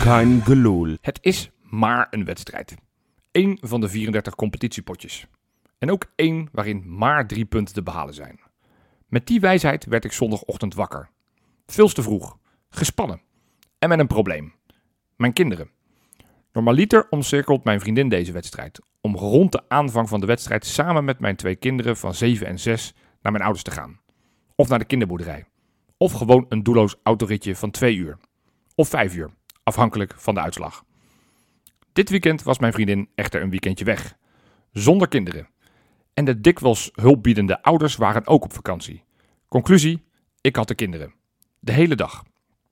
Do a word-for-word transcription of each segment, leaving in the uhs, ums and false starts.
Kein gelul. Het is maar een wedstrijd. Eén van de vierendertig competitiepotjes. En ook één waarin maar drie punten te behalen zijn. Met die wijsheid werd ik zondagochtend wakker. Veel te vroeg, gespannen en met een probleem. Mijn kinderen. Normaliter omcirkelt mijn vriendin deze wedstrijd om rond de aanvang van de wedstrijd samen met mijn twee kinderen van zeven en zes naar mijn ouders te gaan. Of naar de kinderboerderij. Of gewoon een doelloos autoritje van twee uur. Of vijf uur, afhankelijk van de uitslag. Dit weekend was mijn vriendin echter een weekendje weg. Zonder kinderen. En de dikwijls hulpbiedende ouders waren ook op vakantie. Conclusie, ik had de kinderen. De hele dag.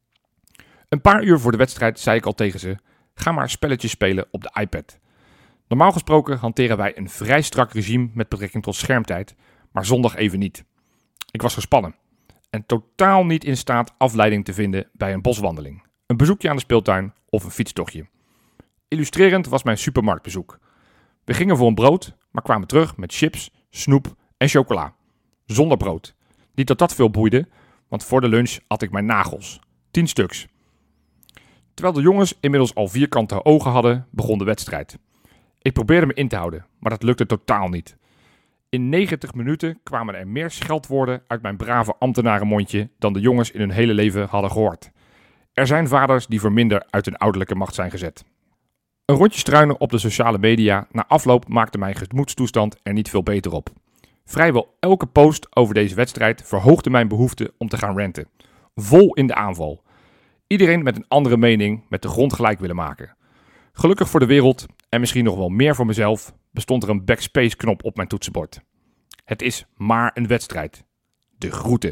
Een paar uur voor de wedstrijd zei ik al tegen ze, ga maar spelletjes spelen op de iPad. Normaal gesproken hanteren wij een vrij strak regime met betrekking tot schermtijd, maar zondag even niet. Ik was gespannen en totaal niet in staat afleiding te vinden bij een boswandeling, een bezoekje aan de speeltuin of een fietstochtje. Illustrerend was mijn supermarktbezoek. We gingen voor een brood, maar kwamen terug met chips, snoep en chocola. Zonder brood. Niet dat dat veel boeide, want voor de lunch at ik mijn nagels. Tien stuks. Terwijl de jongens inmiddels al vierkante ogen hadden, begon de wedstrijd. Ik probeerde me in te houden, maar dat lukte totaal niet. In negentig minuten kwamen er meer scheldwoorden uit mijn brave ambtenarenmondje dan de jongens in hun hele leven hadden gehoord. Er zijn vaders die voor minder uit hun ouderlijke macht zijn gezet. Een rondje struinen op de sociale media na afloop maakte mijn gemoedstoestand er niet veel beter op. Vrijwel elke post over deze wedstrijd verhoogde mijn behoefte om te gaan ranten. Vol in de aanval. Iedereen met een andere mening met de grond gelijk willen maken. Gelukkig voor de wereld, en misschien nog wel meer voor mezelf, bestond er een backspace knop op mijn toetsenbord. Het is maar een wedstrijd. De groeten.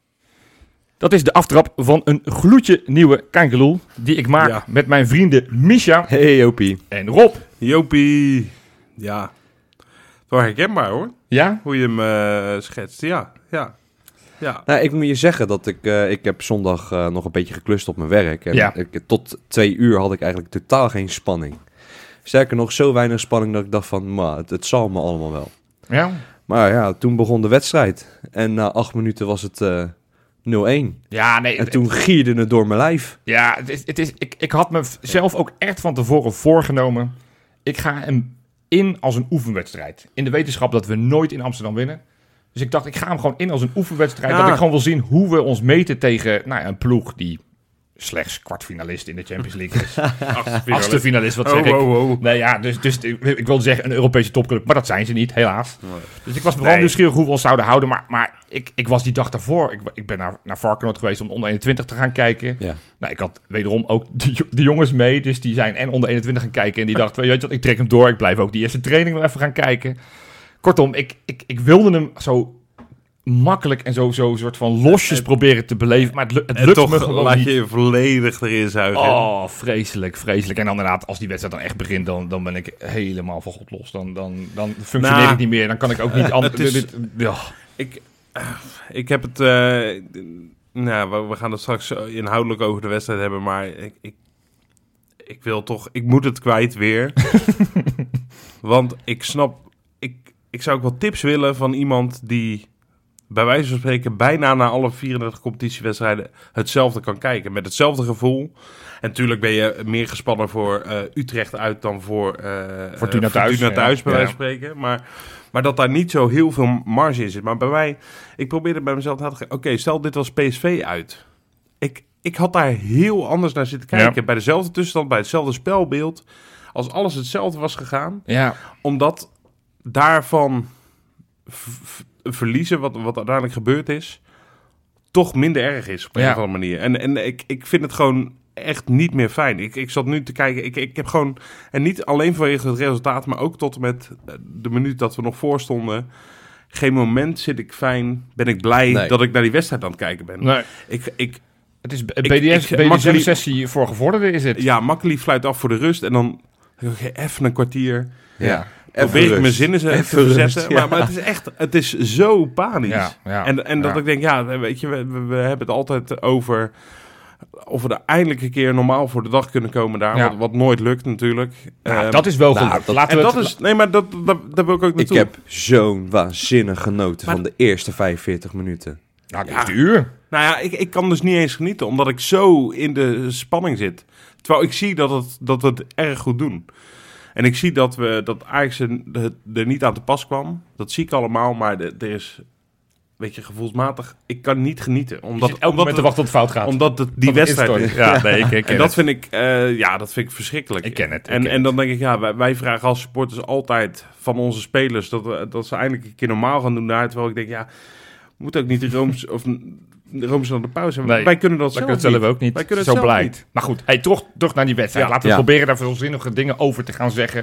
Dat is de aftrap van een gloedje nieuwe Kangeloel die ik maak ja. met mijn vrienden Misha Hey Jopie. en Rob. Jopie. Ja, wel herkenbaar hoor. Ja? Hoe je hem uh, schetst. Ja, ja. Ja. Nou, ik moet je zeggen dat ik, uh, ik heb zondag uh, nog een beetje geklust op mijn werk. En ja. ik, tot twee uur had ik eigenlijk totaal geen spanning. Sterker nog, zo weinig spanning dat ik dacht van, ma, het, het zal me allemaal wel. Ja. Maar ja, toen begon de wedstrijd. En na acht minuten was het uh, nul-één. Ja, nee. En het, toen gierde het door mijn lijf. Ja, het is, het is, ik, ik had mezelf ook echt van tevoren voorgenomen. Ik ga hem in als een oefenwedstrijd. In de wetenschap dat we nooit in Amsterdam winnen. Dus ik dacht, ik ga hem gewoon in als een oefenwedstrijd. Ja. Dat ik gewoon wil zien hoe we ons meten tegen nou ja, een ploeg die slechts kwartfinalist in de Champions League is. Achtste finalist, wat zeg oh, ik. Oh, oh. Nee, ja, dus, dus ik wilde zeggen een Europese topclub, maar dat zijn ze niet, helaas. Nee. Dus ik was vooral nee. nieuwsgierig hoe we ons zouden houden. Maar, maar ik, ik was die dag daarvoor, ik, ik ben naar, naar Varkenoord geweest om onder eenentwintig te gaan kijken. Ja. Nou, ik had wederom ook de, de jongens mee, dus die zijn en onder eenentwintig gaan kijken. En die dachten, weet je wat, ik trek hem door, ik blijf ook die eerste training nog even gaan kijken. Kortom, ik, ik, ik wilde hem zo makkelijk en zo, zo soort van losjes het, proberen te beleven, maar het, het lukt toch me gewoon laat niet. Je je volledig erin zuigen. Oh, vreselijk, vreselijk. En dan inderdaad, als die wedstrijd dan echt begint, dan, dan ben ik helemaal van God los. Dan, dan, dan functioneer nou, ik niet meer. Dan kan ik ook niet anders. Ja. Ik, ik heb het. Uh, nou, we, we gaan het straks inhoudelijk over de wedstrijd hebben, maar ik, ik, ik wil toch. Ik moet het kwijt weer. Want ik snap. Ik, ik zou ook wel tips willen van iemand die bij wijze van spreken bijna na alle vierendertig competitiewedstrijden hetzelfde kan kijken. Met hetzelfde gevoel. En natuurlijk ben je meer gespannen voor uh, Utrecht uit dan voor uh, Fortuna thuis, Fortuna thuis ja. bij wijze van spreken. Maar, maar dat daar niet zo heel veel marge in zit. Maar bij mij, ik probeerde bij mezelf te Oké, okay, stel dit was P S V uit. Ik, ik had daar heel anders naar zitten kijken. Ja. Bij dezelfde tussenstand, bij hetzelfde spelbeeld. Als alles hetzelfde was gegaan. Ja. Omdat daarvan v- verliezen, wat, wat uiteindelijk gebeurd is, toch minder erg is op een ja. of andere manier. En, en ik, ik vind het gewoon echt niet meer fijn. Ik, ik zat nu te kijken, ik, ik heb gewoon, en niet alleen vanwege het resultaat, maar ook tot en met de minuut dat we nog voor stonden, geen moment zit ik fijn, ben ik blij nee. dat ik naar die wedstrijd aan het kijken ben. Nee. Ik, ik, het is B D S-sessie voor gevorderden is het. Ja, Makkeli fluit af voor de rust en dan okay, even een kwartier. Ja. ja. Probeer ik mijn zinnen te verzetten. Ja. Maar, maar het is echt, het is zo panisch. Ja, ja, en, en dat ja. ik denk, ja, weet je, we, we hebben het altijd over of we er eindelijk een keer normaal voor de dag kunnen komen daar. Ja. Wat, wat nooit lukt natuurlijk. Nou, um, dat is wel nou, gelukt. Dat, Laten we dat het... is, nee, maar dat, dat, daar wil ik ook naartoe. Ik heb zo'n waanzinnig genoten maar... van de eerste vijfenveertig minuten. Nou, de eerste uur. Nou ja, ik, ik kan dus niet eens genieten, omdat ik zo in de spanning zit. Terwijl ik zie dat, het, dat we het erg goed doen. En ik zie dat, we, dat Ajax er, er niet aan te pas kwam. Dat zie ik allemaal, maar de, er is... Weet je, gevoelsmatig, ik kan niet genieten. Omdat, je zit elk omdat moment te wachten tot het fout gaat. Omdat het die Dat is wedstrijd het is. Ja, nee, ik, ik ken En dat het. vind ik, uh, ja, dat vind ik verschrikkelijk. Ik ken het. ik En, ken en dan denk ik, ja, wij, wij vragen als supporters altijd van onze spelers dat, we, dat ze eindelijk een keer normaal gaan doen daar. Terwijl ik denk, ja, moet ook niet de Rooms of de Rooms aan de pauze hebben. Nee, wij kunnen dat Wij zelf, kunnen het zelf niet. ook niet. Wij kunnen Zo het zelf blij. niet. Maar goed, hey, toch, toch naar die wedstrijd. Ja. Laten we Ja. proberen daar veelzinnige dingen over te gaan zeggen.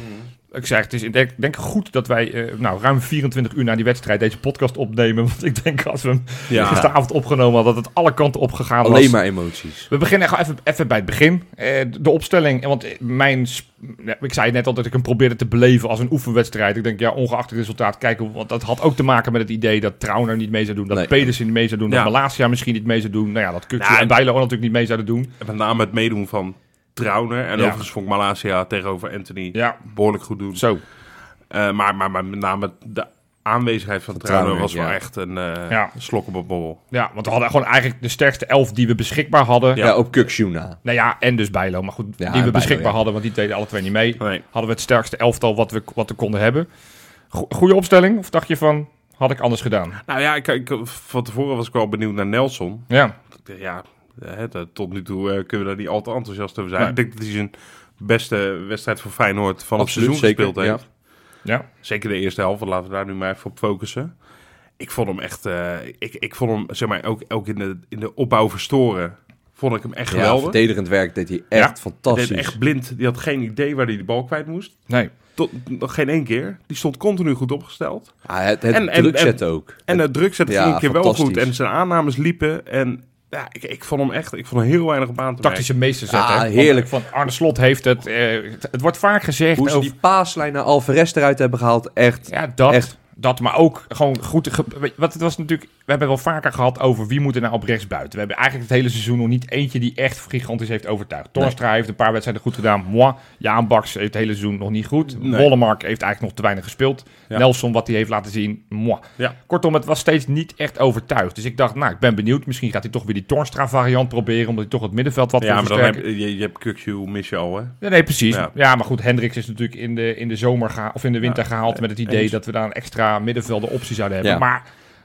Ik zeg, het is denk, denk goed dat wij uh, nou, ruim vierentwintig uur na die wedstrijd deze podcast opnemen. Want ik denk als we hem Ja. gisteravond opgenomen hadden, dat het alle kanten opgegaan was. Alleen maar emoties. We beginnen gewoon even, even bij het begin. Uh, de opstelling, want mijn, sp- ja, ik zei net al dat ik hem probeerde te beleven als een oefenwedstrijd. Ik denk, ja, ongeacht het resultaat, kijken. Want dat had ook te maken met het idee dat Trauner niet mee zou doen. Dat Nee. Pedersen niet mee zou doen. Ja. Dat Malacia misschien niet mee zou doen. Nou ja, dat Kukçu Nou, en Bijlo ook natuurlijk niet mee zouden doen. En met name het meedoen van Trauner. En Ja. overigens vond ik Malasia tegenover Anthony Ja, behoorlijk goed doen. zo. Uh, maar, maar, maar met name de aanwezigheid van Trauner Trauner, was wel ja. echt een uh, Ja. slok op een borrel. Ja, want we hadden gewoon eigenlijk de sterkste elf die we beschikbaar hadden. Ja, op Kukçu na. Nou ja, en dus Bijlo. Maar goed, Ja, die we en Bijlo, beschikbaar ja. hadden, want die deden alle twee niet mee. Nee. Hadden we het sterkste elftal wat we, wat we konden hebben. Go- goeie opstelling? Of dacht je van, had ik anders gedaan? Nou ja, ik, ik, van tevoren was ik wel benieuwd naar Nelson. Ja, Ja, hè, dat- tot nu toe uh, kunnen we daar niet al te enthousiast over zijn. Nee. Ik denk dat hij zijn beste wedstrijd voor Feyenoord van het Absoluut, seizoen zeker, gespeeld heeft. ja. Zeker de eerste helft, laten we daar nu maar even op focussen. Ik vond hem echt, uh, ik, ik vond hem, zeg maar, ook, ook in, de, in de opbouw verstoren, vond ik hem echt Ja, geweldig. verdedigend werk deed hij echt Ja, Hij fantastisch. deed echt blind, die had geen idee waar hij de bal kwijt moest. Nee. Tot, nog geen één keer. Die stond continu goed opgesteld. Ah, het het En- en- druk en- zetten ook. En het druk zetten Ja, ging een keer wel fantastisch. goed. En zijn aannames liepen. En ja, ik, ik vond hem echt, ik vond hem heel weinig op aan te Tactische meesterzet. Ah, hè? heerlijk. Van, van Arne Slot heeft het. eh, het, het wordt vaak gezegd Hoe ze over... die paaslijn naar Alvarez eruit hebben gehaald, echt. Ja, dat. Echt. Dat, maar ook gewoon goed. Ge- weet je, wat het was natuurlijk. We hebben wel vaker gehad over wie moet er nou op rechts buiten. We hebben eigenlijk het hele seizoen nog niet eentje die echt gigantisch heeft overtuigd. Torstra heeft een paar wedstrijden goed gedaan. Moi. Jaan Baks heeft het hele seizoen nog niet goed. Nee. Wollemark heeft eigenlijk nog te weinig gespeeld. Ja. Nelson, wat hij heeft laten zien. Moi. Ja. Kortom, het was steeds niet echt overtuigd. Dus ik dacht, nou, ik ben benieuwd. Misschien gaat hij toch weer die Torstra variant proberen. Omdat hij toch het middenveld wat Ja, wil maar dan versterken. heb je, je hebt Kukçu, mis je al, hè? Ja, nee, precies. Ja. Ja. maar goed, Hendricks is natuurlijk in de, in de zomer geha- of in de winter Ja, gehaald nee, met het idee eens. dat we daar een extra middenvelder optie zouden hebben. Ja. Maar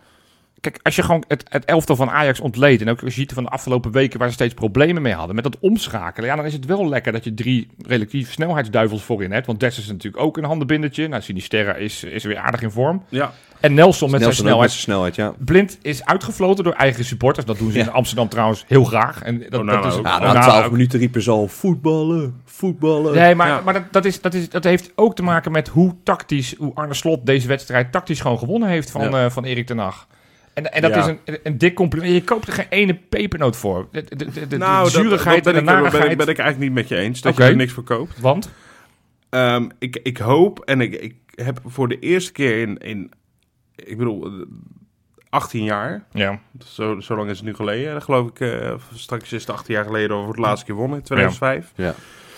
kijk, als je gewoon het, het elftal van Ajax ontleedt en ook als je ziet van de afgelopen weken waar ze steeds problemen mee hadden met dat omschakelen, ja, dan is het wel lekker dat je drie relatief snelheidsduivels voorin hebt. Want Des is natuurlijk ook een handenbindertje. Nou, Sinisterra is, is weer aardig in vorm. Ja. En Nelson met zijn Nelson ook met snelheid. zijn snelheid, ja. Blind is uitgefloten door eigen supporters. Dat doen ze Ja. in Amsterdam trouwens heel graag. En dat, Onana dat is ook. Ja, Onana na twaalf ook. minuten riepen ze al voetballen, voetballen. Nee, maar, Ja. maar dat, dat, is, dat, is, dat heeft ook te maken met hoe tactisch, hoe Arne Slot deze wedstrijd tactisch gewoon gewonnen heeft van, Ja. eh, van Erik ten Hag. En, en dat Ja. is een, een dik compliment. Je koopt er geen ene pepernoot voor. De, de, de, de, Nou, de dat- zurigheid dat en de ben ik, narigheid. ben, ik, ben ik eigenlijk niet met je eens. Dat Oké. je er niks voor koopt. Want? Ehm, ik, ik hoop en ik, ik heb voor de eerste keer in, in ik bedoel, eh, achttien jaar, Ja. zo, zo lang is het nu geleden, dan geloof ik, eh, straks is het achttien jaar geleden dat we voor het laatste keer wonnen, in tweeduizend vijf. Ja.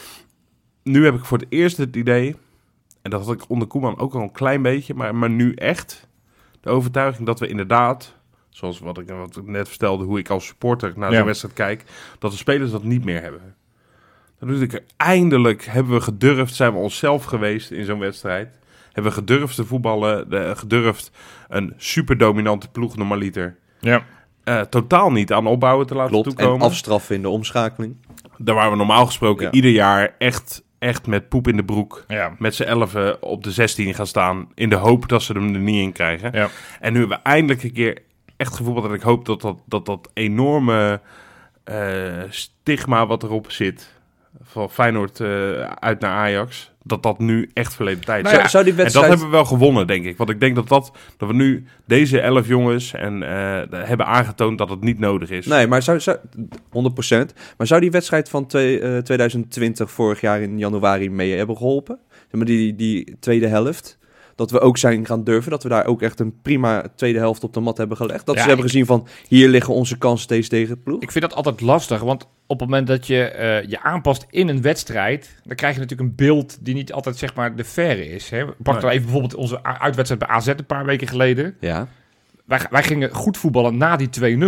Nu heb ik voor het eerst het idee, en dat had ik onder Koeman ook al een klein beetje, maar, maar nu echt de overtuiging dat we inderdaad, zoals wat ik, wat ik net vertelde, hoe ik als supporter naar Ja. zo'n wedstrijd kijk, dat de spelers dat niet meer hebben. Dan doe ik er, eindelijk hebben we gedurfd, zijn we onszelf geweest in zo'n wedstrijd. Hebben we gedurfd te voetballen, de, gedurfd een super dominante ploeg normaliter Ja. uh, totaal niet aan opbouwen te laten Klopt, en toekomen. afstraffen in de omschakeling. Daar waren we normaal gesproken Ja. ieder jaar echt, echt met poep in de broek, Ja. met z'n elfen op de zestien gaan staan, in de hoop dat ze hem er niet in krijgen. Ja. En nu hebben we eindelijk een keer echt gevoetbald en ik hoop dat dat, dat, dat enorme uh, stigma wat erop zit, van Feyenoord uh, uit naar Ajax, dat dat nu echt verleden tijd is. Nou ja, Zou, zou die En dat wedstrijd... hebben we wel gewonnen, denk ik. Want ik denk dat, dat, dat we nu deze elf jongens en, uh, hebben aangetoond dat het niet nodig is. Nee, maar zou, zou, honderd procent. Maar zou die wedstrijd van twee, uh, twintig twintig vorig jaar in januari mee hebben geholpen? Zeg maar die, die tweede helft. Dat we ook zijn gaan durven. Dat we daar ook echt een prima tweede helft op de mat hebben gelegd. Dat Ja, ze hebben ik- gezien van, hier liggen onze kansen steeds tegen het ploeg. Ik vind dat altijd lastig, want op het moment dat je uh, je aanpast in een wedstrijd, dan krijg je natuurlijk een beeld die niet altijd zeg maar de faire is. Hè? Pak dan Nee. even bijvoorbeeld onze uitwedstrijd bij A Z een paar weken geleden. Ja. Wij, wij gingen goed voetballen na die twee nul.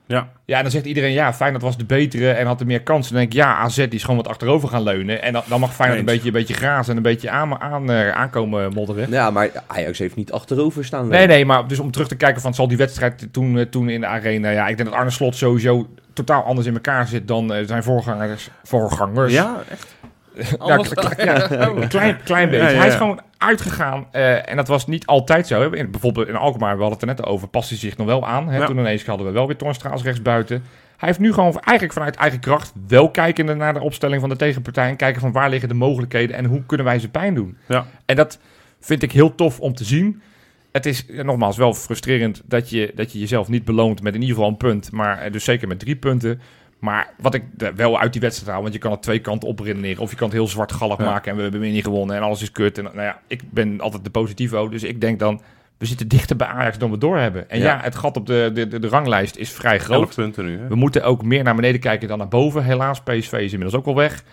Ja. Ja, en dan zegt iedereen, ja, Feyenoord was de betere en had er meer kansen. Dan denk ik, ja, A Z die is gewoon wat achterover gaan leunen. En dan, dan mag Feyenoord een beetje, een beetje grazen en een beetje aan, aan, uh, aankomen modderen. Ja, maar Ajax heeft niet achterover staan. Nee, nee, maar dus om terug te kijken van, zal die wedstrijd toen, uh, toen in de arena... Ja, ik denk dat Arne Slot sowieso totaal anders in elkaar zit dan uh, zijn voorgangers. voorgangers. Ja, echt? Ja, kle- ja, een klein, klein beetje. Ja, ja, ja. Hij is gewoon uitgegaan. Uh, en dat was niet altijd zo. Hè. In, bijvoorbeeld in Alkmaar, we hadden het er net over, past hij zich nog wel aan. Hè. Ja. Toen ineens hadden we wel weer Toornstra als rechtsbuiten. Hij heeft nu gewoon eigenlijk vanuit eigen kracht wel kijkende naar de opstelling van de tegenpartij. En kijken van waar liggen de mogelijkheden en hoe kunnen wij ze pijn doen. Ja. En dat vind ik heel tof om te zien. Het is ja, nogmaals wel frustrerend dat je, dat je jezelf niet beloont met in ieder geval een punt. Maar dus zeker met drie punten. Maar wat ik wel uit die wedstrijd haal, want je kan het twee kanten opredeneren. Of je kan het heel zwartgallig Ja. maken en we hebben weer niet gewonnen en alles is kut. En, nou ja, ik ben altijd de positivo, dus ik denk dan, we zitten dichter bij Ajax dan we doorhebben. En ja, Ja. het gat op de, de, de, de ranglijst is vrij groot. elf punten nu, hè? We moeten ook meer naar beneden kijken dan naar boven. Helaas, P S V is inmiddels ook wel weg.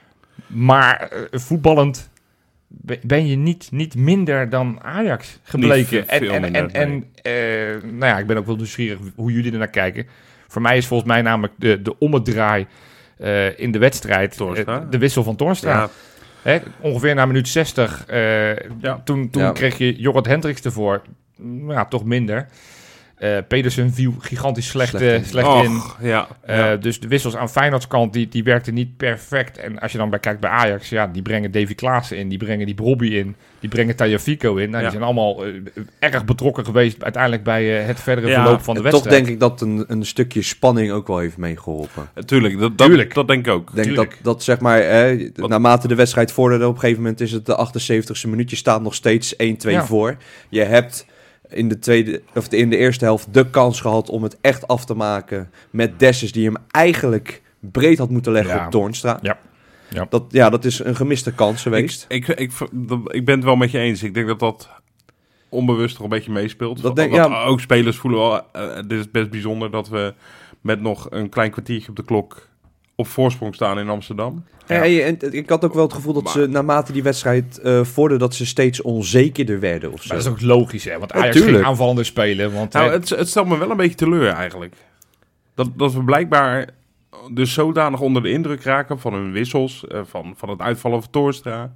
Maar uh, voetballend be- ben je niet, niet minder dan Ajax gebleken. Niet veel en en, minder, en, en uh, nou ja, ik ben ook wel nieuwsgierig hoe jullie er naar kijken. Voor mij is volgens mij namelijk de, de ommedraai uh, in de wedstrijd Toornstra. uh, de wissel van Toornstra. Ja, Hè, ongeveer na minuut zestig. Uh, Ja. Toen, toen Ja. kreeg je Jorrit Hendricks ervoor. Ja, toch minder. Uh, Pedersen viel gigantisch slecht, Slecht uh, in. slecht Och, in. ja. Uh, ja. Dus de wissels aan Feyenoords kant, die, die werkten niet perfect. En als je dan bij kijkt bij Ajax, ja, die brengen Davy Klaassen in, die brengen die Brobby in, die brengen Tagliafico in. Nou, Ja. die zijn allemaal uh, erg betrokken geweest uiteindelijk bij uh, het verdere Ja, verloop van de Toch wedstrijd. denk ik dat een, een stukje spanning ook wel heeft meegeholpen. Tuurlijk, dat, dat, Tuurlijk. dat denk ik ook. Ik denk Tuurlijk. dat, dat zeg maar, eh, Wat- naarmate de wedstrijd vorderde, op een gegeven moment is het de achtenzeventigste minuutje, staat nog steeds één twee Ja. voor. Je hebt in de, tweede, of in de eerste helft de kans gehad om het echt af te maken met Dessus, die hem eigenlijk breed had moeten leggen Ja. op Toornstra. Ja. Ja. Dat, ja, dat is een gemiste kans geweest. Ik, ik, ik, ik ben het wel met je eens. Ik denk dat dat onbewust toch een beetje meespeelt. Dat denk- Want ja. Ook spelers voelen wel, uh, dit is best bijzonder dat we met nog een klein kwartiertje op de klok op voorsprong staan in Amsterdam. Ja. En, en ik had ook wel het gevoel dat Maar- ze naarmate die wedstrijd uh, vorderde, dat ze steeds onzekerder werden of zo. Maar dat is ook logisch, hè? Want Ja, Ajax tuurlijk. ging aanvallender spelen. Want Nou, hè, het, het stelt me wel een beetje teleur eigenlijk. Dat, dat we blijkbaar dus zodanig onder de indruk raken van hun wissels, uh, van, van het uitvallen van Toornstra,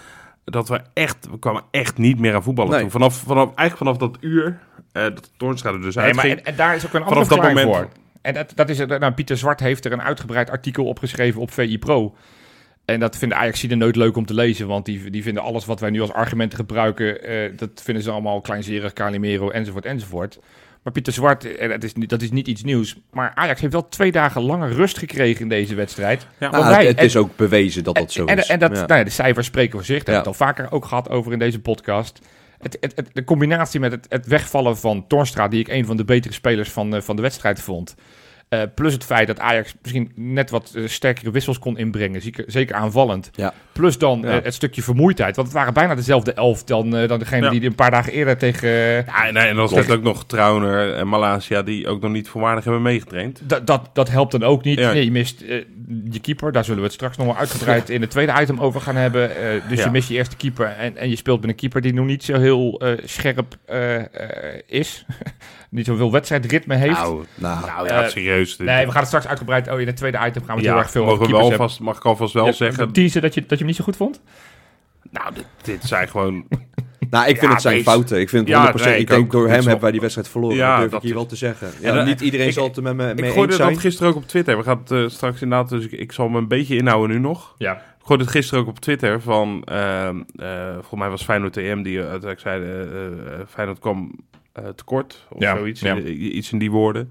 dat we echt, we kwamen echt niet meer aan voetballen Nee. toe. Vanaf, vanaf, eigenlijk vanaf dat uur, uh, dat Toornstra er dus nee, uitging. maar en, en daar is ook een andere Vanaf dat verklaring moment- voor. En dat, dat is, nou, Pieter Zwart heeft er een uitgebreid artikel op geschreven op V I Pro. En dat vinden Ajaxiden nooit leuk om te lezen, want die, die vinden alles wat wij nu als argumenten gebruiken, uh, dat vinden ze allemaal kleinzerig, Calimero, enzovoort, enzovoort. Maar Pieter Zwart, en dat is, niet- dat is niet iets nieuws, maar Ajax heeft wel twee dagen langer rust gekregen in deze wedstrijd. Ja. Nou, Want wij- het, het en- is ook bewezen dat dat zo en, is. En, dat, Ja. nou ja, de cijfers spreken voor zich. Daar Ja. hebben we het al vaker ook gehad over in deze podcast. Het, het, het- de combinatie met het, het wegvallen van Toornstra, die ik een van de betere spelers van, uh, van de wedstrijd vond. Uh, plus het feit dat Ajax misschien net wat uh, sterkere wissels kon inbrengen. Zeker, zeker aanvallend. Ja. Plus dan Ja. uh, het stukje vermoeidheid. Want het waren bijna dezelfde elf dan, uh, dan degene Ja. die een paar dagen eerder tegen... uh, Ja, en, en dan zit ook nog Trauner en Malasia die ook nog niet volwaardig hebben meegetraind. Dat, dat, dat helpt dan ook niet. Ja. Nee, je mist uh, je keeper. Daar zullen we het straks nog wel uitgebreid in het tweede item over gaan hebben. Uh, dus Ja. je mist je eerste keeper. En, en je speelt met een keeper die nog niet zo heel uh, scherp uh, uh, is. Niet zoveel wedstrijdritme heeft. Nou, Nou, nou ja, Eh, serieus. Dit- nee, we gaan het straks uitgebreid... Oh, in het tweede item gaan we het ja, heel erg veel mogen over we wel keepers hebben. alvast, mag ik alvast wel Ja, zeggen. teasen dat je, dat je hem niet zo goed vond? Nou, dit, dit zijn gewoon... nou, ik vind Ja, het zijn nee, fouten. Ik vind het ja, honderd procent. nee, ik ik denk ook. door Dit hem is hebben wij wel- die wedstrijd verloren. Ja, dat durf dat ik hier is- wel te zeggen. En, Ja, eh, niet iedereen ik- zal het er met me mee Ik gooide eens dat zijn. gisteren ook op Twitter. We gaan het uh, straks inderdaad, dus ik, ik zal me een beetje inhouden nu nog. Ja. Ik gooide het gisteren ook op Twitter van, uh, uh, volgens mij was Feyenoord T M die uh, uiteindelijk zei, uh, uh, Feyenoord kwam uh, tekort of Ja, zoiets, ja. uh, iets in die woorden.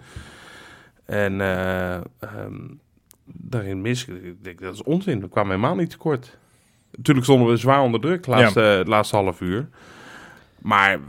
En uh, um, daarin mis ik, ik denk dat is onzin, we kwamen helemaal niet tekort. Natuurlijk stonden we zwaar onder druk, de laatste, ja. uh, laatste half uur. Maar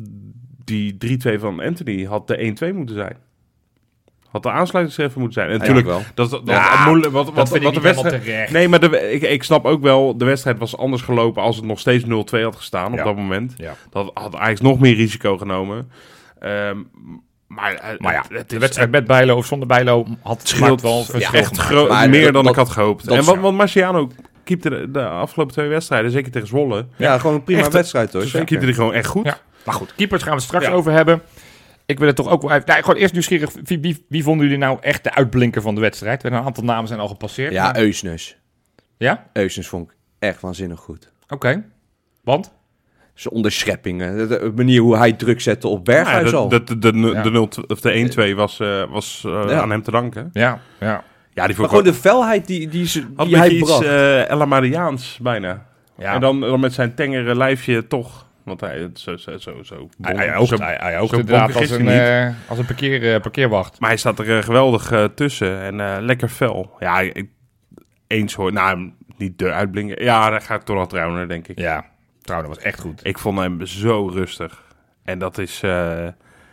die drie twee van Anthony had de één twee moeten zijn. Had de aansluitingstreffer moeten zijn. En Ja, natuurlijk, wel. dat, dat, Ja, het moeilijk, wat, Dat wat, vind wat ik de niet helemaal wedstrijd... terecht. Nee, maar de, ik, ik snap ook wel, de wedstrijd was anders gelopen als het nog steeds nul twee had gestaan op Ja. dat moment. Ja. Dat had eigenlijk nog meer risico genomen. Um, maar, uh, Maar ja, het de is wedstrijd met Bijlo of zonder Bijlo had het scheelt wel verschil echt gemaakt. gro- Maar meer dat- dan dat- ik had gehoopt. dat En is wat, zo. want Marciano keepte de, de afgelopen twee wedstrijden, zeker tegen Zwolle, Ja, gewoon een prima Echt, wedstrijd hoor. dus Zeker. keepte die gewoon echt goed. Ja. Maar goed, keepers gaan we het straks Ja. over hebben. Ik wil het toch ook wel even... Nou, gewoon eerst nieuwsgierig. Wie, wie, wie vonden jullie nou echt de uitblinker van de wedstrijd? Een aantal namen zijn al gepasseerd. Ja, maar... Eusnes. Ja? Eusnes vond ik echt waanzinnig goed. Oké. Okay. Want? Zijn onderscheppingen. De, de manier hoe hij druk zette op Berghuis ja, al. De, de, de, de, ja. de, nul, of de één twee was, uh, was uh, ja. aan hem te danken. Ja, ja. Ja, die maar gewoon de felheid die, die, die, had die hij iets, bracht. Uh, El Amariaans bijna. Ja. En dan, dan met zijn tengere lijfje toch... Want hij zo zo zo zo. Hij, hij oogt, zo, hij, hij oogt zo inderdaad als een, uh, als een parkeer, uh, parkeerwacht. Maar hij staat er uh, geweldig uh, tussen en uh, lekker fel. Ja, ik, eens hoor. Nou, niet de uitblinker. Ja, daar ga ik toch nog Trauner, denk ik. Ja, Trauner was echt goed. Ik vond hem zo rustig. En dat is... Uh,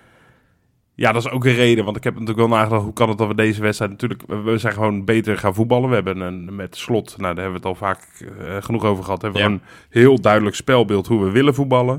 ja, dat is ook een reden. Want ik heb natuurlijk wel nagedacht... Hoe kan het dat we deze wedstrijd... Natuurlijk, we zijn gewoon beter gaan voetballen. We hebben een, met Slot... Nou, daar hebben we het al vaak uh, genoeg over gehad. Hebben we ja. een heel duidelijk spelbeeld... Hoe we willen voetballen.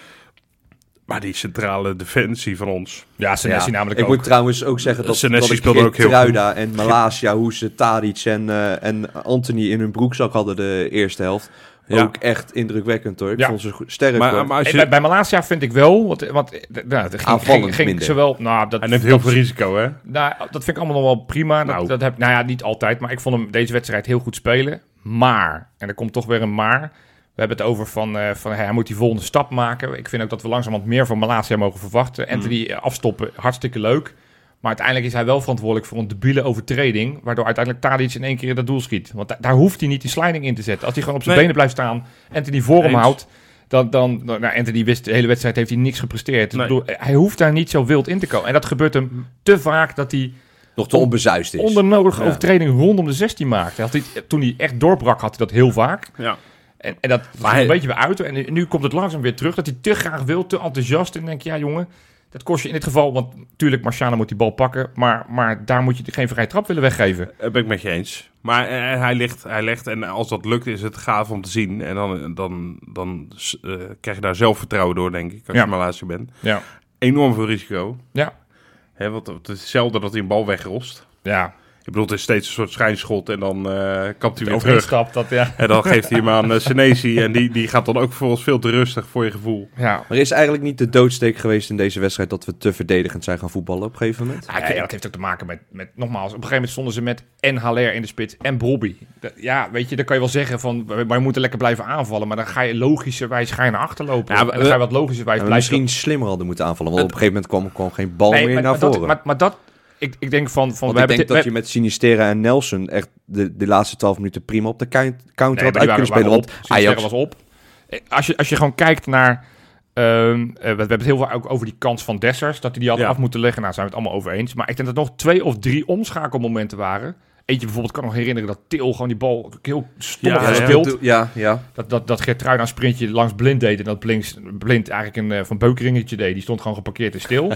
Maar die centrale defensie van ons... Ja, Senesi ja. namelijk ik ook. Ik moet trouwens ook zeggen dat, Senesi dat ik speelde ook heel Truida en Malasia... Hoe ze Tadic en, uh, en Anthony in hun broekzak hadden de eerste helft... Ja. Ook echt indrukwekkend hoor. Ik ja. vond ze sterk. Maar, maar als je... bij, bij Malasia vind ik wel... Want, want nou, ging, aanvallend ging, ging minder. Zowel, nou, dat, Hij neemt heel dat, veel risico, hè? Nou, dat vind ik allemaal nog wel prima. Dat, nou. dat heb, nou ja, niet altijd. Maar ik vond hem deze wedstrijd heel goed spelen. Maar, en er komt toch weer een maar... We hebben het over van, uh, van hij moet die volgende stap maken. Ik vind ook dat we langzamerhand meer van Malasia mogen verwachten. Anthony mm. afstoppen, hartstikke leuk. Maar uiteindelijk is hij wel verantwoordelijk voor een debiele overtreding... waardoor uiteindelijk Tadic in één keer in dat doel schiet. Want da- daar hoeft hij niet die sliding in te zetten. Als hij gewoon op zijn nee. benen blijft staan, Anthony voor hem houdt... dan, dan nou, Anthony wist de hele wedstrijd heeft hij niks gepresteerd. Dus nee. bedoel, hij hoeft daar niet zo wild in te komen. En dat gebeurt hem te vaak dat hij... nog te onbezuist is. Onnodige ja. overtreding rondom de zestien maakte. Had hij, toen hij echt doorbrak, had hij dat heel vaak. Ja. En, en dat was hij... een beetje weer uit. En nu, nu komt het langzaam weer terug. Dat hij te graag wil, te enthousiast. En dan denk je, ja jongen... Dat kost je in dit geval, want natuurlijk Marciano moet die bal pakken, maar, maar daar moet je geen vrije trap willen weggeven. Dat ben ik met je eens. Maar uh, hij ligt, hij legt en als dat lukt is het gaaf om te zien. En dan, dan, dan uh, krijg je daar zelfvertrouwen door, denk ik, als ja. je Malasia bent. Ja. Enorm veel risico. Ja. Hè, want het is zelden dat hij een bal wegrost. Ja. Ik bedoel, het is steeds een soort schijnschot en dan uh, kapt hij weer terug. Stap, dat, ja. En dan geeft hij hem aan uh, Senesi en die, die gaat dan ook volgens veel te rustig voor je gevoel. Ja. Maar is eigenlijk niet de doodsteek geweest in deze wedstrijd dat we te verdedigend zijn gaan voetballen op een gegeven moment? Ja, ja, dat heeft ook te maken met, met, nogmaals, op een gegeven moment stonden ze met en Haller in de spits en Brobby. Ja, weet je, dan kan je wel zeggen van, we moeten lekker blijven aanvallen, maar dan ga je logischerwijs ga je naar achter lopen. Ja, en dan ga je wat logischerwijs ja, blijven. Misschien slimmer hadden moeten aanvallen, want het, op een gegeven moment kwam, kwam geen bal nee, meer maar, naar maar voren. Dat, maar, maar dat... Ik, ik denk van... van Want we ik denk dit, dat we, je met Sinistera en Nelson echt de, de laatste twaalf minuten prima op de counter nee, had uit kunnen spelen. Want Ajax was op. Als je, als je gewoon kijkt naar... Um, uh, we, we hebben het heel veel ook over die kans van Dessers. Dat hij die had ja. af moeten leggen. Nou, zijn we het allemaal over eens. Maar ik denk dat er nog twee of drie omschakelmomenten waren. Eentje bijvoorbeeld kan ik nog herinneren dat Til gewoon die bal heel stom ja, gespeeld. Ja, ja. Dat, dat, dat Geertruida een sprintje langs Blind deed. En dat Blind, Blind eigenlijk een uh, van Beukeringetje deed. Die stond gewoon geparkeerd en stil.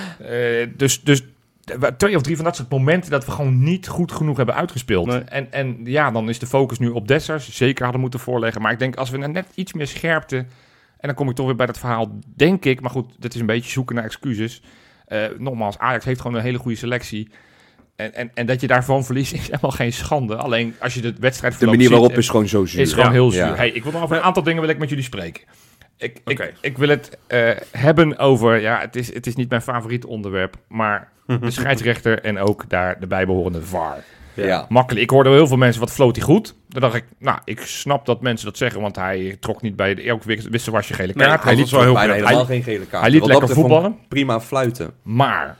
uh, dus... dus twee of drie van dat soort momenten dat we gewoon niet goed genoeg hebben uitgespeeld. Nee. En, en ja, dan is de focus nu op Dessers. Zeker hadden moeten voorleggen. Maar ik denk als we net iets meer scherpte... en dan kom ik toch weer bij dat verhaal, denk ik... maar goed, dit is een beetje zoeken naar excuses. Uh, nogmaals, Ajax heeft gewoon een hele goede selectie. En, en, en dat je daarvan verliest is helemaal geen schande. Alleen als je de wedstrijd de manier waarop is gewoon zo zuur. Is gewoon ja. heel zuur. Ja. Hey, ik wil nog over een aantal dingen wil ik met jullie spreken. Ik, okay. ik, ik wil het uh, hebben over... Ja, het is, het is niet mijn favoriete onderwerp... maar de scheidsrechter en ook daar de bijbehorende V A R. Ja. Makkelijk. Ik hoorde wel heel veel mensen, wat floot hij goed? Dan dacht ik, nou, ik snap dat mensen dat zeggen... want hij trok niet bij de elk wisselwasje gele kaart. Nee, hij liet wel heel bijna helemaal hij, geen gele kaart. Hij liet lekker voetballen. Prima fluiten. Maar...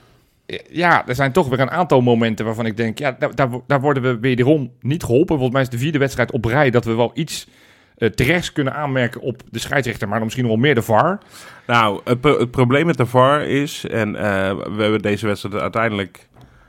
Ja, er zijn toch weer een aantal momenten waarvan ik denk... ja, daar, daar, daar worden we wederom niet geholpen. Volgens mij is de vierde wedstrijd op rij... dat we wel iets uh, terechts kunnen aanmerken op de scheidsrechter... maar dan misschien nog wel meer de V A R. Nou, het, pro- het probleem met de V A R is... en uh, we hebben deze wedstrijd uiteindelijk...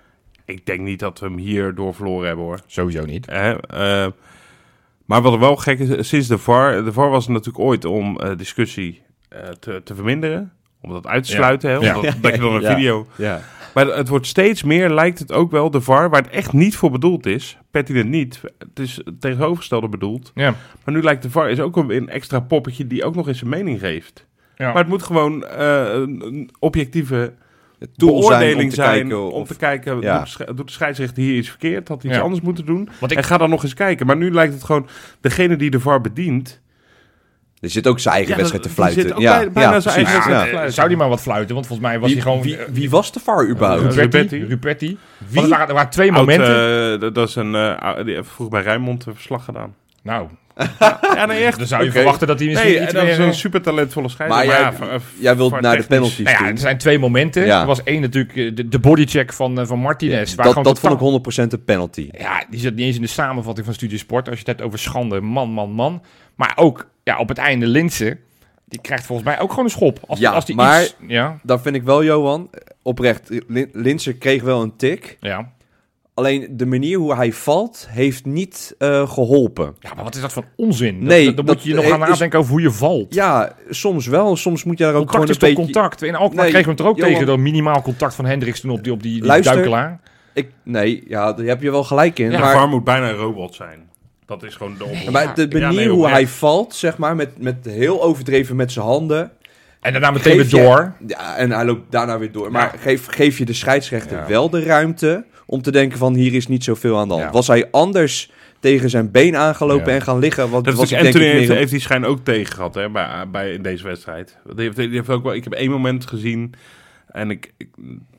ik denk niet dat we hem hier door verloren hebben, hoor. Sowieso niet. Uh, uh, maar wat er wel gek is, sinds de V A R... de V A R was natuurlijk ooit om uh, discussie uh, te, te verminderen... om dat uit te sluiten, ja. Hè? Omdat, ja. Dat je dan een ja. video... Ja. Maar het wordt steeds meer, lijkt het ook wel, de V A R... waar het echt niet voor bedoeld is. Pertinent niet. Het is het tegenovergestelde bedoeld. Ja. Maar nu lijkt de V A R is ook een, een extra poppetje... die ook nog eens een mening geeft. Ja. Maar het moet gewoon uh, een objectieve beoordeling zijn... Om te kijken, of, te kijken ja. doet, de, doet de scheidsrechter hier iets verkeerd? Had hij iets ja. anders moeten doen? Ik, en ga dan nog eens kijken. Maar nu lijkt het gewoon... degene die de V A R bedient... Er zit ook zijn eigen Ja, wedstrijd te dat- die fluiten. zit ook ja, bij- bijna ja, zijn precies. eigen Ja, wedstrijd. Ja. eh, zou die maar wat fluiten? Want volgens mij was Wie, hij gewoon... wie, eh, wie was de V A R überhaupt? Uh, Ruperti. Ruperti. Ruperti. Want er waren, er waren twee Oud, momenten. eh, dat dat is een... eh, die heeft vroeg bij Rijnmond een verslag gedaan. Nou, Ja, nee, echt. dan zou je Oké. verwachten dat hij misschien Nee, iets en dat is meer... een super talentvolle scheidsrechter. Maar Maar, jij- ja, van- Jij wilt voor naar de technisch- penalties Nou ja, doen. er zijn twee momenten. Ja. Er was één natuurlijk eh, de, de bodycheck van, eh, van Martinez. waar dat gewoon dat vond ik totaal- honderd procent een penalty. Ja, die zit niet eens in de samenvatting van Studio Sport. Als je het hebt over schande, man, man, man. Maar ook ja, op het einde Linse. Die krijgt volgens mij ook gewoon een schop. Als, Ja, als die maar- iets... Ja, Dat vind ik wel, Johan. Oprecht, Lin- Linse kreeg wel een tik. ja. Alleen de manier hoe hij valt, heeft niet eh, geholpen. Ja, maar wat is dat voor onzin? Dat- Nee, dat, dan dat moet je nog gaan is- nadenken over hoe je valt. Ja, soms wel. Soms moet je daar ook Contact is gewoon toch een beetje... contact? In Alkmaar Nee, kregen we het er ook Johan- tegen door minimaal contact van Hendricks toen op die, op die, die Luister. duikelaar. Ik, nee, ja, daar heb je wel gelijk in. Ja, De maar V A R moet bijna een robot zijn. Dat is gewoon de oplossing. maar de Ja, manier nee, hoe oprecht. hij valt, zeg maar, met, met heel overdreven met zijn handen... En daarna meteen Geef weer je- door. Ja, en hij loopt daarna weer door. Maar Ja. geef, geef je de scheidsrechter Ja. wel de ruimte om te denken van hier is niet zoveel aan de hand. Ja. Was hij anders tegen zijn been aangelopen Ja. en gaan liggen? Want Dat was is ik en denk toen ik heeft, meer een- heeft die schijn ook tegen gehad hè, bij, bij, in deze wedstrijd. Die heeft, die heeft ook wel, ik heb één moment gezien en ik, ik,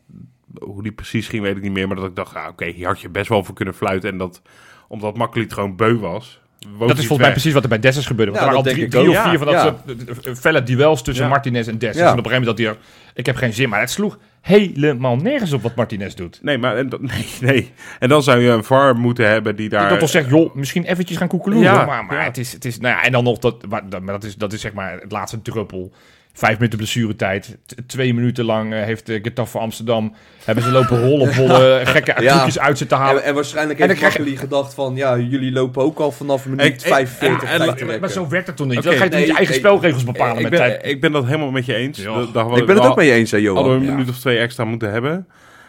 hoe die precies ging weet ik niet meer. Maar dat ik dacht, ah, oké, hier had je best wel voor kunnen fluiten. En dat, omdat Makkeliet gewoon beu was. Dat is volgens mij precies wat er bij Dessers gebeurde. Want Ja, er waren dat al drie, denk ik drie ook. of vier Ja, van dat soort, eh, felle duels tussen Ja. Martinez en Dessers. Ja. En op een gegeven moment dat hij... Ik heb geen zin, maar het sloeg helemaal nergens op wat Martinez doet. Nee, maar en, dat- nee, nee. En dan zou je een V A R moeten hebben die daar... Ik dat toch zeg, joh, misschien eventjes gaan koekeloeren. Ja, maar maar ja. het is, het is, nou ja, en dan nog, dat, maar, dat, maar dat, is, dat is zeg maar het laatste druppel. Vijf minuten blessuretijd. T- twee minuten lang eh, heeft uh, Getafe Amsterdam... hebben ze lopen rollenbollen, gekke Ja. trucjes uit zitten halen. En, en waarschijnlijk En heeft dan krijg je- Makkeli gedacht van ja, jullie lopen ook al vanaf minuut Ik- ik- vijfenveertig ja, tijd en- te maar, rekken. maar zo werkt het toch niet? Oké, dan ga je toch nee, niet je eigen nee. spelregels bepalen ik, met ben, tijd. ik ben dat helemaal met je eens. Ja. Dat- dat we Ik ben het wel- ook mee eens, hè, Johan. Hadden we een Ja. minuut of twee extra moeten hebben.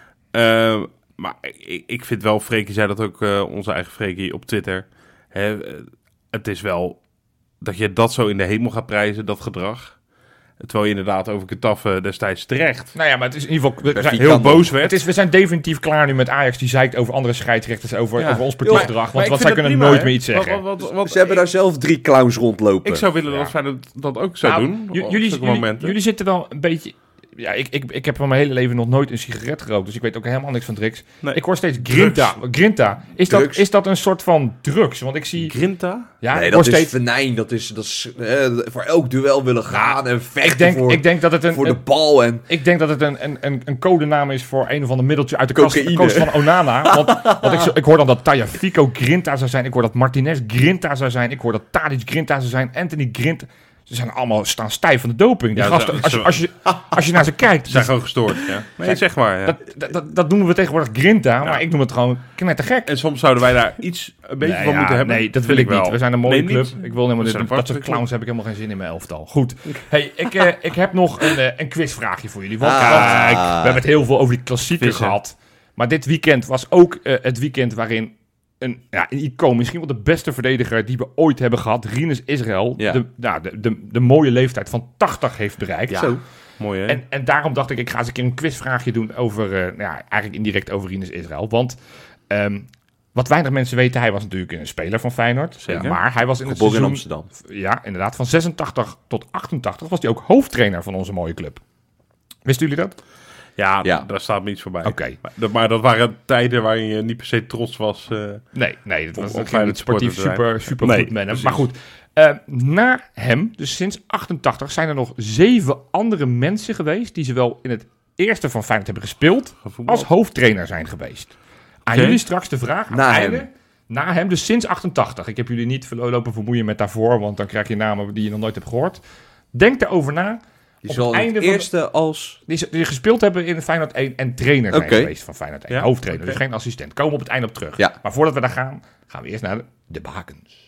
Uh, maar ik, ik vind wel, Freekie zei dat ook, uh, onze eigen Freekie op Twitter. Hè, uh, het is wel dat je dat zo in de hemel gaat prijzen, dat gedrag. Terwijl je inderdaad over Getafe destijds terecht Nou ja, maar het is in ieder geval... We zijn, Heel heel boos werd. het is, we zijn definitief klaar nu met Ajax. Die zeikt over andere scheidsrechters, over, Ja. over ons partijgedrag. Maar Want, ik want vind zij het kunnen prima, nooit hè. meer iets zeggen. Wat, wat, wat, Ze hebben daar zelf drie clowns rondlopen. Ik zou willen Ja. dat zij dat, dat ook zo Nou, doen. j- op jullie, zulke jullie, momenten. jullie zitten wel een beetje... Ja, ik, ik, ik heb van mijn hele leven nog nooit een sigaret gerookt. Dus ik weet ook helemaal niks van drugs. Nee. Ik hoor steeds Grinta. Grinta. Is dat, Drugs. is dat een soort van drugs? Want ik zie... Grinta? Ja, nee, ik dat hoor is steeds... venijn. Dat is, dat is eh, voor elk duel willen gaan en vechten Ik denk, voor, ik denk dat het een... voor de een- bal. En Ik denk dat het een, een, een, een codenaam is voor een of ander middeltje uit de kast, Cocaïne. kast van Onana. Want, want ik, zo- ik hoor dan dat Tagliafico Grinta zou zijn. Ik hoor dat Martinez Grinta zou zijn. Ik hoor dat Tadic Grinta zou zijn. Anthony Grinta. Ze zijn allemaal staan stijf van de doping. Die Ja, gasten, zo- als, je, zo- als, je, als je naar ze kijkt... Ze zijn gewoon gestoord. Ja. Nee, zeg maar. Ja. dat, dat, dat, dat noemen we tegenwoordig Grinta. Maar ik noem het gewoon knettergek. En soms zouden wij daar iets een beetje Nee, van ja, moeten hebben. Nee, dat Vind wil ik wel. niet. We zijn een mooie Nee, club. niet. Ik wil helemaal We niet. zijn een Dat soort prachtige clowns heb ik helemaal geen zin in mijn elftal. Goed. Hey, ik, eh, ik heb nog een, eh, een quizvraagje voor jullie. Want, Ah. want we hebben het heel veel over die klassieker Vissen. gehad. Maar dit weekend was ook eh, het weekend waarin een, ja, een icoon, misschien wel de beste verdediger die we ooit hebben gehad, Rinus Israël, Ja. de, nou, de, de, de mooie leeftijd van tachtig heeft bereikt. Ja. Zo. Mooi, hè? En, en daarom dacht ik, ik ga eens een keer een quizvraagje doen over, uh, nou ja, eigenlijk indirect over Rinus Israël. Want um, wat weinig mensen weten, hij was natuurlijk een speler van Feyenoord. Zeker. Maar hij was in het geboren in seizoen... Amsterdam. Ja, inderdaad. Van zesentachtig tot achtentachtig was hij ook hoofdtrainer van onze mooie club. Wisten jullie dat? Ja, Ja. daar staat me iets voorbij. Oké. Maar, dat- maar dat waren tijden waarin je niet per se trots was. uh, Nee, nee, dat Om- was om ook Feyenoord niet sportief supporter te zijn. super, super Nee, goed man. precies. Maar goed, uh, na hem, dus sinds achtentachtig, zijn er nog zeven andere mensen geweest die zowel in het eerste van Feyenoord hebben gespeeld gevoetbald. als hoofdtrainer zijn geweest. Aan Oké. jullie straks de vraag. aan Na het hem. einde, Na hem, dus sinds achtentachtig. Ik heb jullie niet lopen vermoeien met daarvoor, want dan krijg je namen die je nog nooit hebt gehoord. Denk erover na. Die Op zal het het einde van eerste als... Die, ze- die gespeeld hebben in Feyenoord één en trainer zijn Oké. geweest van Feyenoord één. Ja, Hoofdtrainer, oké. dus geen assistent. Komen we op het einde op terug. Ja. Maar voordat we daar gaan, gaan we eerst naar de, de bakens.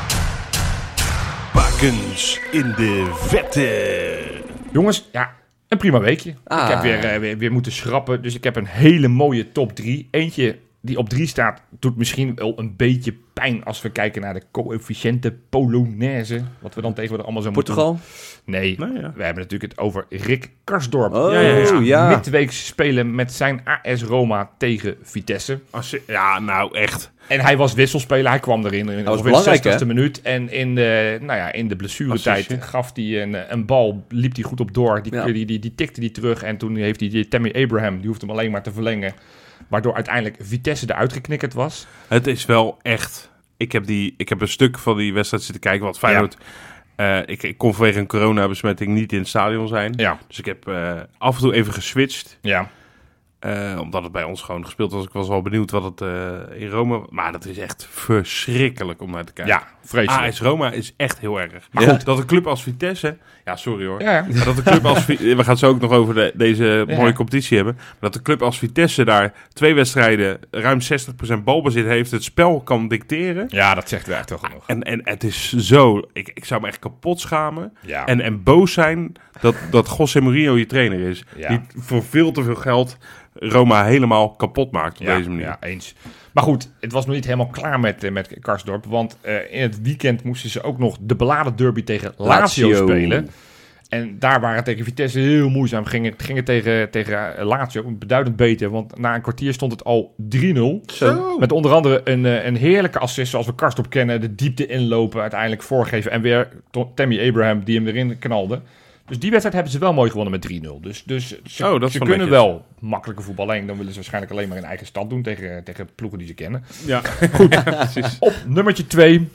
Bakens in de vette. Jongens, ja, een prima weekje. Ah. Ik heb weer, eh, weer, weer moeten schrappen, dus ik heb een hele mooie top drie. Eentje die op drie staat, doet misschien wel een beetje pijn als we kijken naar de coëfficiënte Polonaise. Wat we dan tegenwoordig allemaal zo moeten Portugal? Nee, Nou ja. we hebben natuurlijk het over Rick Karsdorp. Oh, Ja, ja, ja. ja. Midweeks spelen met zijn A S Roma tegen Vitesse. Als je, ja, nou echt. En hij was wisselspeler, hij kwam erin in was ongeveer de belangrijk, zestigste hè? minuut. En in de, nou ja, in de blessuretijd Assistje. gaf hij een, een bal, liep hij goed op door. Die, Ja. die, die, die tikte hij terug en toen heeft hij die Tammy Abraham, die hoeft hem alleen maar te verlengen. Waardoor uiteindelijk Vitesse eruit geknikkerd was. Het is wel echt... Ik heb, die, ik heb een stuk van die wedstrijd zitten kijken. Wat Feyenoord... eh, ik, ik kon vanwege een coronabesmetting niet in het stadion zijn. Ja, Dus ik heb eh, af en toe even geswitcht. ja. eh, omdat het bij ons gewoon gespeeld was. Ik was wel benieuwd wat het eh, in Rome... Maar dat is echt verschrikkelijk om naar te kijken. Ja, vreselijk. A S Roma is echt heel erg. Maar Ja. goed. Dat een club als Vitesse... Ja, sorry hoor. Ja, ja. Maar dat een club als... Vi- We gaan het zo ook nog over de, deze Ja. mooie competitie hebben. Maar dat een club als Vitesse daar twee wedstrijden... ruim zestig procent balbezit heeft... het spel kan dicteren. Ja, dat zegt wel echt wel genoeg. En, en het is zo... Ik, ik zou me echt kapot schamen. Ja. En, en boos zijn dat, dat José Mourinho je trainer is. Ja. Die voor veel te veel geld Roma helemaal kapot maakt op ja, deze manier. Ja, eens. Maar goed, het was nog niet helemaal klaar met, eh, met Karsdorp. Want eh, in het weekend moesten ze ook nog de beladen derby tegen Lazio, Lazio. spelen. En daar waren het tegen Vitesse heel moeizaam. Gingen, gingen tegen, tegen eh, Lazio beduidend beter. Want na een kwartier stond het al drie nul. Zo. Met onder andere een, eh, een heerlijke assist zoals we Karsdorp kennen. De diepte inlopen, uiteindelijk voorgeven. En weer to- Tammy Abraham die hem erin knalde. Dus die wedstrijd hebben ze wel mooi gewonnen met drie nul. Dus, dus ze, Oh, dat is ze wel kunnen netjes. wel makkelijke voetbal. Alleen dan willen ze waarschijnlijk alleen maar in eigen stad doen tegen, tegen ploegen die ze kennen. Ja, goed. Precies. Op nummertje twee,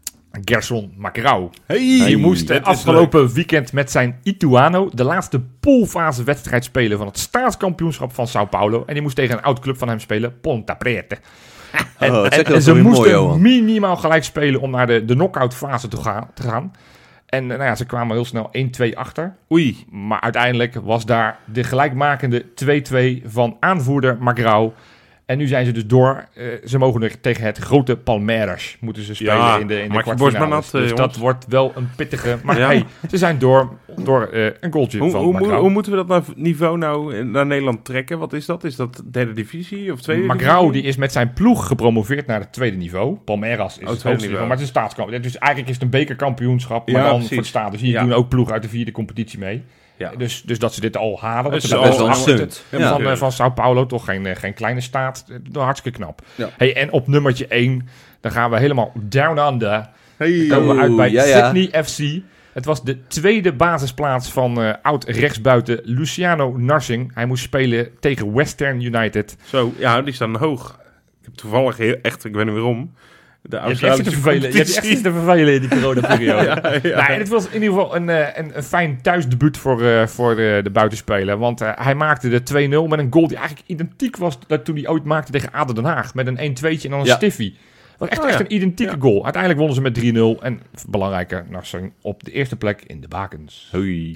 Gerson Macrau. Hey, Die moest dit eh, is afgelopen weekend met zijn Ituano de laatste poolfase wedstrijd spelen van het staatskampioenschap van Sao Paulo. En die moest tegen een oud club van hem spelen, Ponta Preta. En, Oh, dat en, zeg je en dat ze weer moesten mooi, Johan. minimaal gelijk spelen om naar de, de knock-out fase te gaan. Te gaan. En eh, nou ja, ze kwamen heel snel één twee achter. Oei. Maar uiteindelijk was daar de gelijkmakende twee twee van aanvoerder Macrau. En nu zijn ze dus door. Uh, ze mogen er tegen het grote Palmeiras moeten ze spelen Ja, in de, in de maak je borst maar kwartfinales. nat, uh, Dus jongens. dat wordt wel een pittige... Maar Ja. hey, ze zijn door door uh, een goaltje Hoe, van hoe, hoe, Macrau. hoe moeten we dat nou niveau nou naar Nederland trekken? Wat is dat? Is dat derde divisie of tweede Macrau die divisie? is met zijn ploeg gepromoveerd naar het tweede niveau. Palmeiras is Oh, het tweede hoogste niveau. niveau, maar het is een staatskampioen. Dus eigenlijk is het een bekerkampioenschap, maar Ja, dan precies. voor het staat. Dus hier Ja. doen ook ploegen uit de vierde competitie mee. Ja. Dus, dus dat ze dit al halen. Dat Het ze is bij al best wel een achtste- stunt. van, Ja. van, van Sao Paulo toch geen, eh, geen kleine staat. Eh, Hartstikke knap. Ja. Hey, en op nummertje één, dan gaan we helemaal down under. Hey. Dan komen we uit bij ja, ja. Sydney F C. Het was de tweede basisplaats van eh, oud-rechtsbuiten Luciano Narsing. Hij moest spelen tegen Western United. Zo, ja, die staan hoog. Ik heb toevallig heel, echt, ik weet niet waarom, de Je hebt je echt zitten vervelen, je hebt je echt zitten vervelen in die coronaperiode. ja, ja. Nou, en het was in ieder geval een, eh, een, een fijn thuisdebuut voor, eh, voor de, de buitenspeler. Want eh, hij maakte de twee nul met een goal die eigenlijk identiek was dat toen hij ooit maakte tegen A D O Den Haag. Met een een tweetje en dan een Ja. stiffie. Het was echt, Oh, echt ja. een identieke Ja. goal. Uiteindelijk wonnen ze met drie nul. En belangrijker, Narsing op de eerste plek in de bakens. Hoi.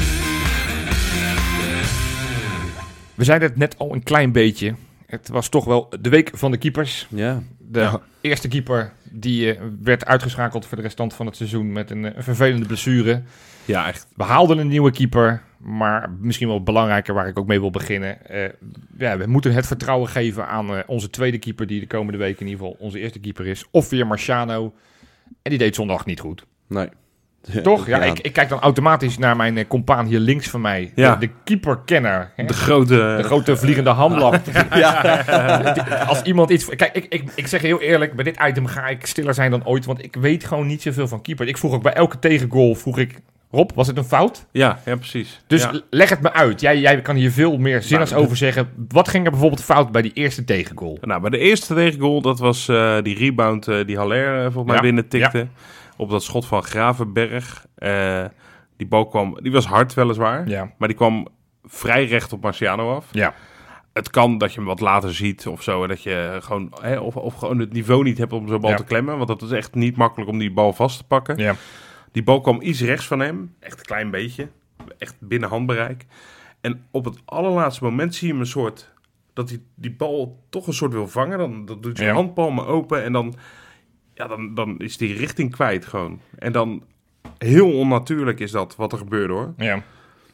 We zeiden het net al een klein beetje. Het was toch wel de week van de keepers. Ja. De Ja. eerste keeper die eh, werd uitgeschakeld voor de restant van het seizoen met een, eh, een vervelende blessure. Ja, echt. We haalden een nieuwe keeper, maar misschien wel belangrijker waar ik ook mee wil beginnen. Eh, ja, we moeten het vertrouwen geven aan eh, onze tweede keeper die de komende week in ieder geval onze eerste keeper is. Of weer Marciano. En die deed zondag niet goed. Nee. Toch? Ja, ik, ik kijk dan automatisch naar mijn uh, compaan hier links van mij. Ja. De, de keeperkenner. Hè? De grote... De grote vliegende hamlap. Ja. Als iemand iets... Kijk, ik, ik, ik zeg je heel eerlijk, bij dit item ga ik stiller zijn dan ooit, want ik weet gewoon niet zoveel van keeper. Ik vroeg ook bij elke tegengoal, vroeg ik, Rob, was het een fout? Ja, ja, precies. Dus ja. leg het me uit. Jij, jij kan hier veel meer zinnigs Nou, over zeggen. Wat ging er bijvoorbeeld fout bij die eerste tegengoal? Nou, bij de eerste tegengoal, dat was uh, die rebound uh, die Haller uh, volgens mij Ja. binnen tikte. Ja. Op dat schot van Gravenberg. Uh, die bal kwam, die was hard weliswaar. Ja. Maar die kwam vrij recht op Marciano af. Ja. Het kan dat je hem wat later ziet of zo. En dat je gewoon, hè, of, of gewoon het niveau niet hebt om zo'n bal Ja. te klemmen. Want dat is echt niet makkelijk om die bal vast te pakken. Ja. Die bal kwam iets rechts van hem. Echt een klein beetje. Echt binnen handbereik. En op het allerlaatste moment zie je hem een soort... dat hij die bal toch een soort wil vangen. Dan, dan doet hij zijn Ja. handpalmen open. En dan, ja, dan, dan is die richting kwijt gewoon. En dan... Heel onnatuurlijk is dat wat er gebeurde hoor. Ja.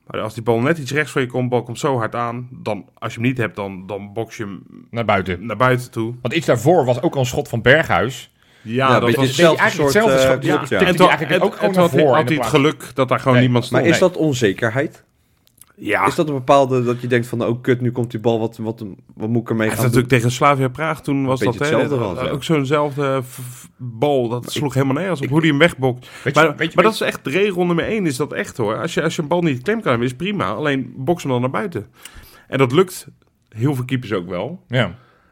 Maar als die bal net iets rechts van je komt, bal komt zo hard aan. Dan, als je hem niet hebt, dan, dan box je hem Naar buiten. naar buiten toe. Want iets daarvoor was ook al een schot van Berghuis. Ja, Ja, dat beetje was... hetzelfde eigenlijk soort, hetzelfde eh, schot. klopt, Ja. ja. En die toen eigenlijk ook, ook en naar toen had hij, voren. had in de hij het plaats. geluk dat daar gewoon Nee, niemand stond. Maar is Nee. dat onzekerheid? Ja, Is dat een bepaalde, dat je denkt van, oh kut, nu komt die bal, wat, wat, wat moet ik ermee hij gaan heeft doen? natuurlijk tegen Slavia Praag toen was dat, beetje hè, hetzelfde dat- was, ja. ook zo'nzelfde f- f- bal. Dat sloeg helemaal nergens op hoe hij hem wegbokt. Weet je, Maar, weet je, maar weet dat is echt de regel nummer één, is dat echt hoor. Als je, als je een bal niet klem kan hebben, is prima. Alleen box hem dan naar buiten. En dat lukt heel veel keepers ook wel. Ja.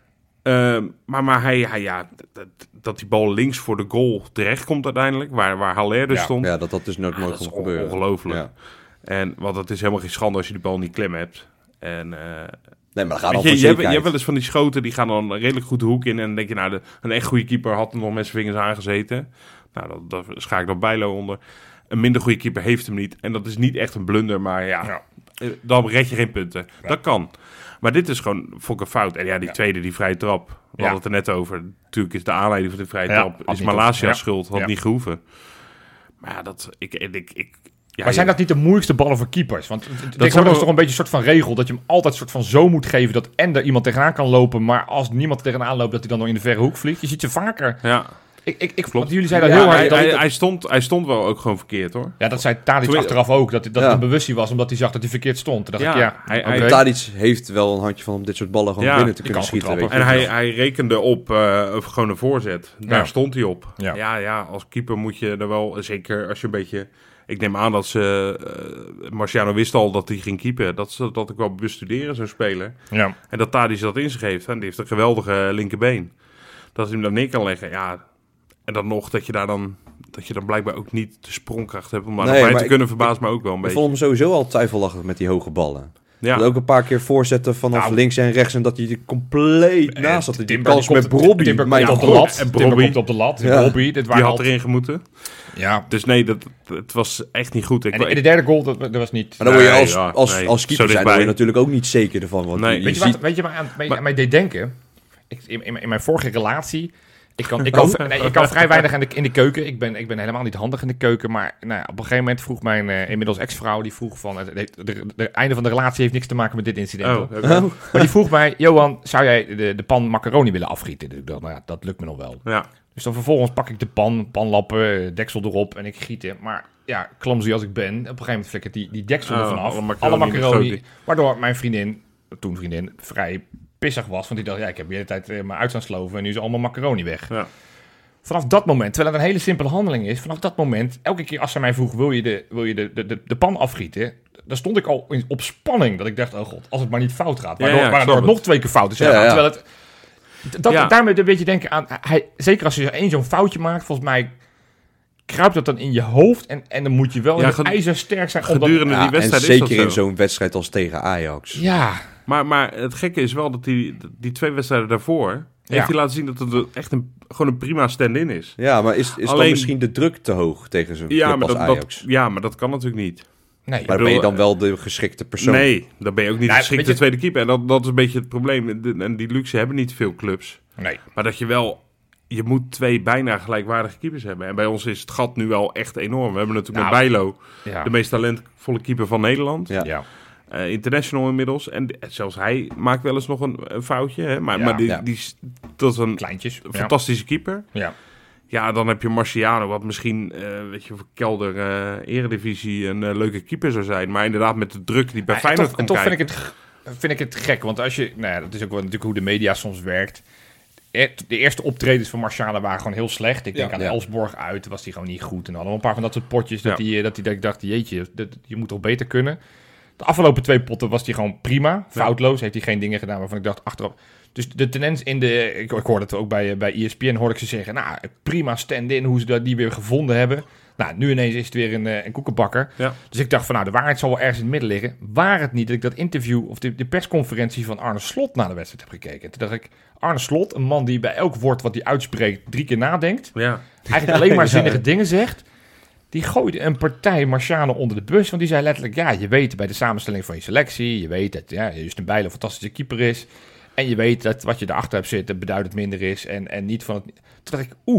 Uh, maar maar hij, hij, ja, dat, dat die bal links voor de goal terecht komt uiteindelijk, waar, waar Haller dus Ja. stond. Ja, dat dat dus nooit Ja, nooit dat is kon gebeuren. ongelooflijk. Ja. En, want het is helemaal geen schande als je die bal niet klem hebt. En, uh, Nee, maar dat gaat weet al je, voor je, hebt, je zekerheid. hebt wel eens van die schoten, die gaan dan redelijk goed de hoek in. En dan denk je, nou, de, een echt goede keeper had er nog met zijn vingers aangezeten. Nou, dat, dat schaak ik dan Bijlo onder. Een minder goede keeper heeft hem niet. En dat is niet echt een blunder, maar ja, Ja. eh, dan red je geen punten. Ja. Dat kan. Maar dit is gewoon vond ik een fout. En ja, die Ja. tweede, die vrije trap. We Ja. hadden het er net over. Natuurlijk is de aanleiding van de vrije Ja, trap had is niet Malasia's op- ja. schuld. Had Ja. niet gehoeven. Maar ja, dat... Ik, ik, ik, ik, ja, maar zijn je- dat niet de moeilijkste ballen voor keepers? Want dat zijn is wel- toch een beetje een soort van regel dat je hem altijd soort van zo moet geven dat en er iemand tegenaan kan lopen, maar als niemand er tegenaan loopt dat hij dan nog in de verre hoek vliegt. Je ziet ze vaker. Ja, Ik, ik, ik, Klopt. want jullie zeiden dat ja heel hard. hij, dat- hij, dat- hij, stond, hij stond wel ook gewoon verkeerd, hoor. ja, dat zei Tadic Toen- achteraf ook, dat, dat Ja. het een bewustzijn was omdat hij zag dat hij verkeerd stond. Toen dacht Ja, ik, ja, hij- oké. hij- Tadic heeft wel een handje van om dit soort ballen gewoon Ja, binnen te die kunnen kan goed schieten. trappen. Weet je. En hij, hij rekende op uh, of gewoon een voorzet. Daar Ja. stond hij op. Ja. Ja. ja, als keeper moet je er wel, zeker als je een beetje... Ik neem aan dat ze... Uh, Marciano wist al dat hij ging keeper. Dat ze dat ik wel bestuderen zou spelen. Ja. En dat Tadic dat in zich heeft. En die heeft een geweldige linkerbeen. Dat hij hem daar neer kan leggen. Ja, en dan nog dat je daar dan... Dat je dan blijkbaar ook niet de sprongkracht hebt om daar Nee, nog bij maar te ik- kunnen, verbaast me ook wel een Ik beetje. vond hem sowieso al twijfelachtig met die hoge ballen. Ja. Dat ook een paar keer voorzetten vanaf Nou, links en rechts en dat hij er compleet Eh, naast zat. Die Timber, kans die met komt- Brobby. Timber mijn komt op de god. lat. En Timber Brobby. komt op de lat. Ja. Brobby, dit Die waren had al- erin gemoeten. Ja. Dus nee, dat, het was echt niet goed. Ik, En de, en de derde goal, dat, dat was niet... Maar dan word je Nee, als, ja, als, nee, als zo keeper zijn, dan word je dichtbij. natuurlijk ook niet zeker ervan. Want Nee. je, je Weet je, ziet... wat, weet je waar aan, mij, Maar- aan mij deed denken? Ik, in, in, mijn- in mijn vorige relatie... Ik kan, ik, kan, nee, ik kan vrij weinig in de, in de keuken. Ik ben, ik ben helemaal niet handig in de keuken. Maar nou ja, op een gegeven moment vroeg mijn uh, inmiddels ex-vrouw... die vroeg van... Het, het, de, de, de einde van de relatie heeft niks te maken met dit incident. Oh, hoor. oké. Oh. Maar die vroeg mij... Johan, zou jij de, de pan macaroni willen afgieten? Dus ik dacht, nou ja, dat lukt me nog wel. Ja. Dus dan vervolgens pak ik de pan, panlappen, deksel erop en ik giet in. Maar ja, clumsy als ik ben, op een gegeven moment flikkert die, die deksel er Oh, vanaf. alle Alle macaroni macaroni. in de Waardoor mijn vriendin, toen vriendin, vrij pissig was. Want die dacht, ja, ik heb de hele tijd uh, mijn uit staan sloven en nu is allemaal macaroni weg. Ja. Vanaf dat moment, terwijl het een hele simpele handeling is, vanaf dat moment, elke keer als ze mij vroeg, wil je de, wil je de, de, de, de pan afgieten? Dan stond ik al in, op spanning, dat ik dacht, oh god, als het maar niet fout gaat. Ja, Waardoor, ja, ik waardoor snap het nog twee keer fout is. Ja, Ja, ja. Terwijl het... Dat, Ja. Daarmee een beetje denken aan, hij, zeker als je één zo'n foutje maakt, volgens mij kruipt dat dan in je hoofd en, en dan moet je wel Ja, ja, ged- ijzersterk zijn. Omdat, Gedurende Ja, die en wedstrijd is dat zeker in zo. zo'n wedstrijd als tegen Ajax. ja, Maar, maar het gekke is wel dat die, die twee wedstrijden daarvoor... Ja. heeft hij laten zien dat het echt een, gewoon een prima stand-in is. Ja, maar is, is Alleen- dan misschien de druk te hoog tegen zo'n Ja club maar als dat, Ajax? dat, ja, maar dat kan natuurlijk niet. nee. Maar dan ben je dan wel de geschikte persoon. Nee, dan ben je ook niet Nou, geschikt weet de je- tweede keeper. En dat, dat is een beetje het probleem. De- En die luxe hebben niet veel clubs. nee. Maar dat je wel... Je moet twee bijna gelijkwaardige keepers hebben. En bij ons is het gat nu wel echt enorm. We hebben natuurlijk Nou, met Bijlo Ja. de meest talentvolle keeper van Nederland. Ja. ja. Eh, international inmiddels. En d- zelfs hij maakt wel eens nog een, een foutje. Hè? Maar, Ja. maar die, Ja. die, is- dat is een Kleintjes. Ja. fantastische keeper. Ja. Ja, dan heb je Marciano, wat misschien, eh, weet je, voor kelder eh, eredivisie een eh, leuke keeper zou zijn. Maar inderdaad met de druk die bij Ja, en Feyenoord toch, en komt toch vind kijken. ik, het, g- vind ik het gek, want als je, nou ja, dat is ook wel natuurlijk hoe de media soms werkt. Eh, De eerste optredens van Marciano waren gewoon heel slecht. Ik denk Ja. aan Ja. Elsborg uit, was hij gewoon niet goed. En dan hadden we een paar van dat soort potjes dat, Ja. hij, dat, hij, dat ik dacht, jeetje, dat, je moet toch beter kunnen. De afgelopen twee potten was hij gewoon prima, foutloos. Heeft hij geen dingen gedaan waarvan ik dacht, achteraf... Dus de tendens in de... Ik, ik hoorde het ook bij, bij E S P N, hoorde ik ze zeggen... Nou, prima stand-in, hoe ze dat, die weer gevonden hebben. Nou, nu ineens is het weer een, eh, een koekenbakker. Ja. Dus ik dacht van, nou, de waarheid zal wel ergens in het midden liggen. Waar het niet dat ik dat interview, of de, de persconferentie van Arne Slot na de wedstrijd heb gekeken. Toen dacht ik, Arne Slot, een man die bij elk woord wat hij uitspreekt drie keer nadenkt. Ja. Eigenlijk alleen maar Ja. zinnige dingen zegt. Die gooide een partij Marciano onder de bus. Want die zei letterlijk, ja, je weet bij de samenstelling van je selectie. Je weet dat ja, Justin Bijlo een fantastische keeper is. En je weet dat wat je erachter hebt zitten beduidend minder is. En, en niet van het... Toen dacht ik, oeh.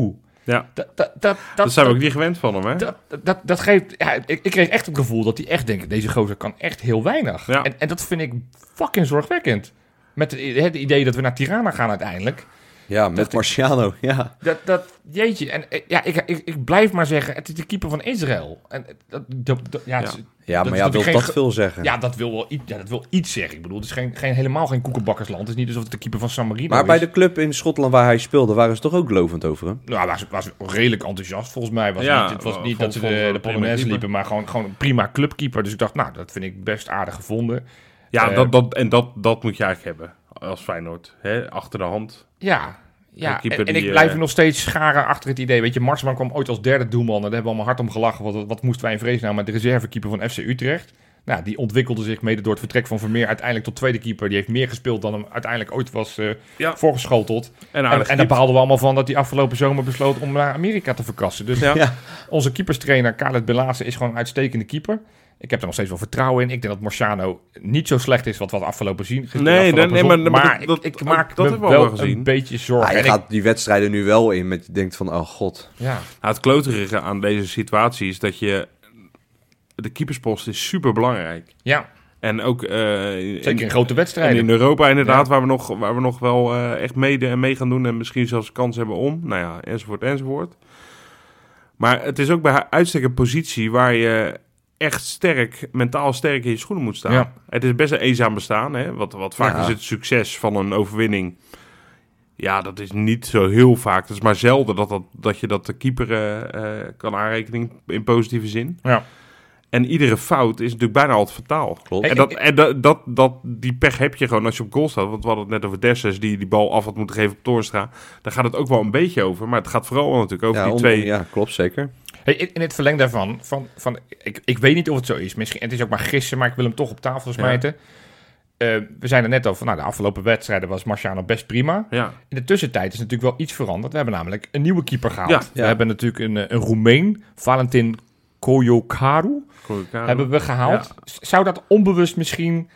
Ja, Dat, dat, dat, dat zijn we ook niet gewend van hem, hè? Dat, dat, dat geeft... Ja, ik, ik kreeg echt het gevoel dat hij echt denkt... deze gozer kan echt heel weinig. Ja. En, en dat vind ik fucking zorgwekkend. Met het, het idee dat we naar Tirana gaan uiteindelijk. Ja, met Dat- Marciano, ja. Dat, dat jeetje. En eh, ja, ik, ik, ik blijf maar zeggen... het is de keeper van Israël. En dat, dat, dat- ja, het is- Ja, dat maar is ja, wil natuurlijk dat geen- veel zeggen? Ja, dat wil wel iets, ja, dat wil iets zeggen. Ik bedoel, het is geen, geen, helemaal geen koekenbakkersland. Het is niet alsof het de keeper van San Marino Maar bij is. de club in Schotland waar hij speelde, waren ze toch ook lovend over hem? Nou, was, was redelijk enthousiast volgens mij. Was Ja, niet, het was wel, niet vond- dat ze vond de, wel de een prima Polonaise keeper. liepen, maar gewoon, gewoon een prima clubkeeper. Dus ik dacht, nou, dat vind ik best aardig gevonden. Ja, Eh, dat, dat, en dat, dat moet je eigenlijk hebben als Feyenoord. Hè? Achter de hand. Ja, ja. Een keeper En, en die, ik blijf eh, er nog steeds scharen achter het idee. Weet je, Marsman kwam ooit als derde doelman. En daar hebben we allemaal hard om gelachen. Wat, wat moesten wij in vrees nou met de reservekeeper van F C Utrecht? Nou, die ontwikkelde zich mede door het vertrek van Vermeer uiteindelijk tot tweede keeper. Die heeft meer gespeeld dan hem uiteindelijk ooit was eh Ja. voorgeschoteld. En, En, aardig en daar behaalden we allemaal van dat hij afgelopen zomer besloot om naar Amerika te verkassen. Dus Ja. Ja. onze keeperstrainer Khaled Belaze is gewoon een uitstekende keeper. Ik heb er nog steeds wel vertrouwen in. Ik denk dat Marciano niet zo slecht is wat we afgelopen zien. Nee, afgelopen nee, nee, zondag. maar- maar, maar dat- ik, ik dat- maak dat me hebben we al wel wel gezien. een beetje zorgen. Ah, je En ik- gaat die wedstrijden nu wel in met je denkt van, oh god. ja. Nou, het kloterige aan deze situatie is dat je... De keeperspost is super belangrijk. ja, En ook... eh, zeker in grote En wedstrijden. in Europa inderdaad, Ja. waar, we nog, waar we nog wel eh, echt mede en mee gaan doen... en misschien zelfs kans hebben om. Nou ja, enzovoort, enzovoort. Maar het is ook bij uitstek een positie waar je echt sterk, mentaal sterk in je schoenen moet staan. Ja. Het is best een eenzaam bestaan, hè? Wat, wat vaak Ja. is het succes van een overwinning. Ja, dat is niet zo heel vaak. Dat is maar zelden dat, dat, dat je dat de keeper eh, eh, kan aanrekenen in positieve zin. Ja. En iedere fout is natuurlijk bijna altijd fataal. Klopt. En, dat, en dat, dat, dat, die pech heb je gewoon als je op goal staat. Want we hadden het net over Dessers die die bal af had moeten geven op Toornstra. Daar gaat het ook wel een beetje over. Maar het gaat vooral natuurlijk over Ja, die on- twee... ja, klopt, zeker. Hey, in in het verleng daarvan, van, van, ik, ik weet niet of het zo is. Misschien, het is ook maar gissen, maar ik wil hem toch op tafel smijten. Eh, we zijn er net over, nou, de afgelopen wedstrijden was Marciano best prima. Ja, In de tussentijd is natuurlijk wel iets veranderd. We hebben namelijk een nieuwe keeper gehaald. Ja, we ja. hebben natuurlijk een, eh, een Roemeen, Valentin Koyokaru, hebben we gehaald. S- Zou dat onbewust misschien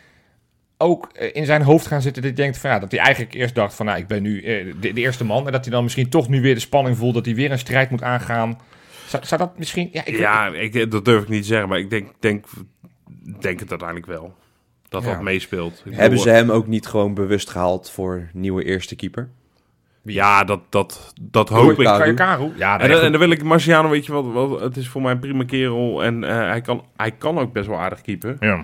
ook eh, in zijn hoofd gaan zitten? Dat hij denkt van ja, dat hij eigenlijk eerst dacht van nou, ik ben nu eh, de, de eerste man. En dat hij dan misschien toch nu weer de spanning voelt dat hij weer een strijd moet aangaan. Zou, zou dat misschien... Ja, ik ja ik, dat durf ik niet te zeggen. Maar ik denk, denk, denk het uiteindelijk wel. Dat Ja. dat meespeelt. Ik Hebben bedoel, ze hem ook niet gewoon bewust gehaald voor nieuwe eerste keeper? Ja, dat, dat, dat hoop ik. Koyokaru. Koyokaru? Ja, nee, En, dan- goed. en dan wil ik Marciano, weet je wat, wat, het is voor mij een prima kerel. En eh, hij, kan, hij kan ook best wel aardig keeper. Ja.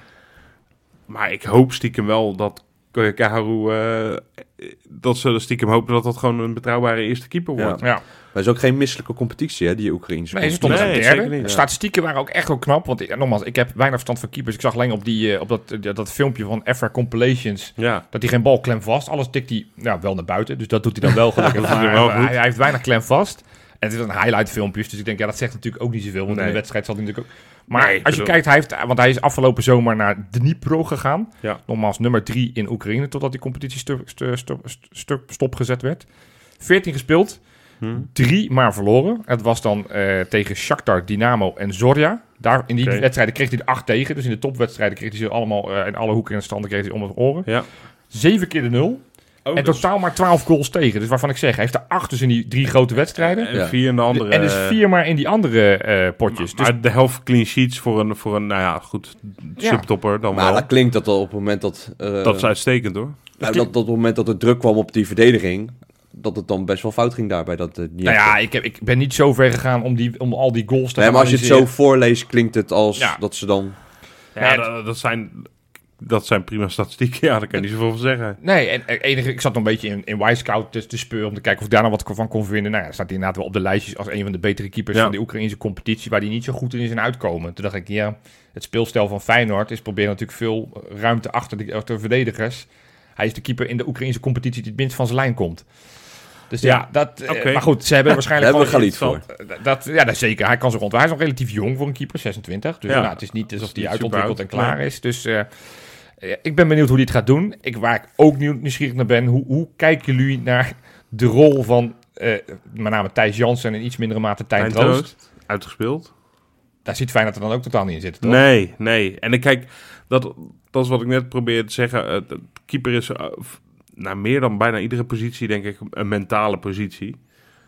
Maar ik hoop stiekem wel dat Koyokaru, eh dat ze stiekem hopen dat dat gewoon een betrouwbare eerste keeper wordt. Ja. Maar het is ook geen misselijke competitie, hè, die Oekraïnse Nee, ze competitie. stonden Nee, aan zeker derde. niet. Statistieken waren ook echt wel knap. Want ik, nogmaals, ik heb weinig verstand van keepers. Ik zag alleen op, die, eh, op dat, eh, dat filmpje van F R Compilations Ja. dat hij geen bal klem vast. Alles tikt hij nou, wel naar buiten. Dus dat doet hij dan wel gelukkig. Dat doet hij maar wel goed. hij, hij heeft weinig klem vast. En het is een highlight filmpjes. Dus ik denk, ja, dat zegt natuurlijk ook niet zoveel. Want in Nee. de wedstrijd zal hij natuurlijk ook... Maar Nee, ik als je bedoel- kijkt, hij heeft, want hij is afgelopen zomer naar Dnipro gegaan. Ja. Nogmaals, nummer drie in Oekraïne. Totdat die competitie stu- stu- stu- stu- stopgezet werd. veertien gespeeld. Hm. Drie maar verloren. Het was dan eh, tegen Shakhtar, Dynamo en Zorya. Daar, in die Oké. wedstrijden kreeg hij er acht tegen. Dus in de topwedstrijden kreeg hij ze allemaal... eh, in alle hoeken en standen kreeg hij om het oren. Ja. Zeven keer de nul. Oh, en dat is- totaal maar twaalf goals tegen. Dus waarvan ik zeg, hij heeft er acht dus in die drie grote wedstrijden. En Ja. vier in de andere. en dus vier maar in die andere eh, potjes. Maar Dus de helft clean sheets voor een, voor een nou ja, goed, Ja. subtopper dan Maar wel. dat klinkt dat al op het moment dat... eh, Dat is uitstekend hoor. nou, dat, dat op het moment dat er druk kwam op die verdediging... dat het dan best wel fout ging daarbij. Dat, het niet nou echt- ja, ik, heb, ik ben niet zo ver gegaan om, die, om al die goals te Nee, maar als je het zo analyseren. voorleest, klinkt het als Ja. dat ze dan... Ja, Nee, dat, dat, zijn, dat zijn prima statistieken. Ja, daar kan je niet zoveel van zeggen. Nee, en eh, enige, ik zat nog een beetje in, in Wisecout te, te speuren om te kijken of ik daar nog wat van kon vinden. Nou ja, staat hij inderdaad wel op de lijstjes als een van de betere keepers Ja. van de Oekraïnse competitie, waar die niet zo goed in is en uitkomen. Toen dacht ik, ja, het speelstijl van Feyenoord is proberen natuurlijk veel ruimte achter de, achter de verdedigers. Hij is de keeper in de Oekraïnse competitie die het minst van zijn lijn komt. Dus ja, Ja, dat... eh, oké. maar goed, ze hebben waarschijnlijk... Daar hebben we gewoon Galit iets van- Dat, ja, dat is zeker. Hij kan zo rond. Hij is nog relatief jong voor een keeper, zesentwintig. Dus Ja. nou, het is niet alsof Dat is hij niet uitontwikkeld en super oud. klaar is. Dus eh, eh, ik ben benieuwd hoe hij het gaat doen. Ik, waar ik ook nieuw- nieuwsgierig naar ben, hoe, hoe kijken jullie naar de rol van eh, met name Thijs Jansen en in iets mindere mate Tijn Tijn Troost? Troost, uitgespeeld. Daar ziet Feyenoord er dan ook totaal niet in zitten, toch? Nee, nee. En ik kijk, dat, dat is wat ik net probeerde te zeggen. Eh, de keeper is uh, f- naar meer dan bijna iedere positie, denk ik, een mentale positie.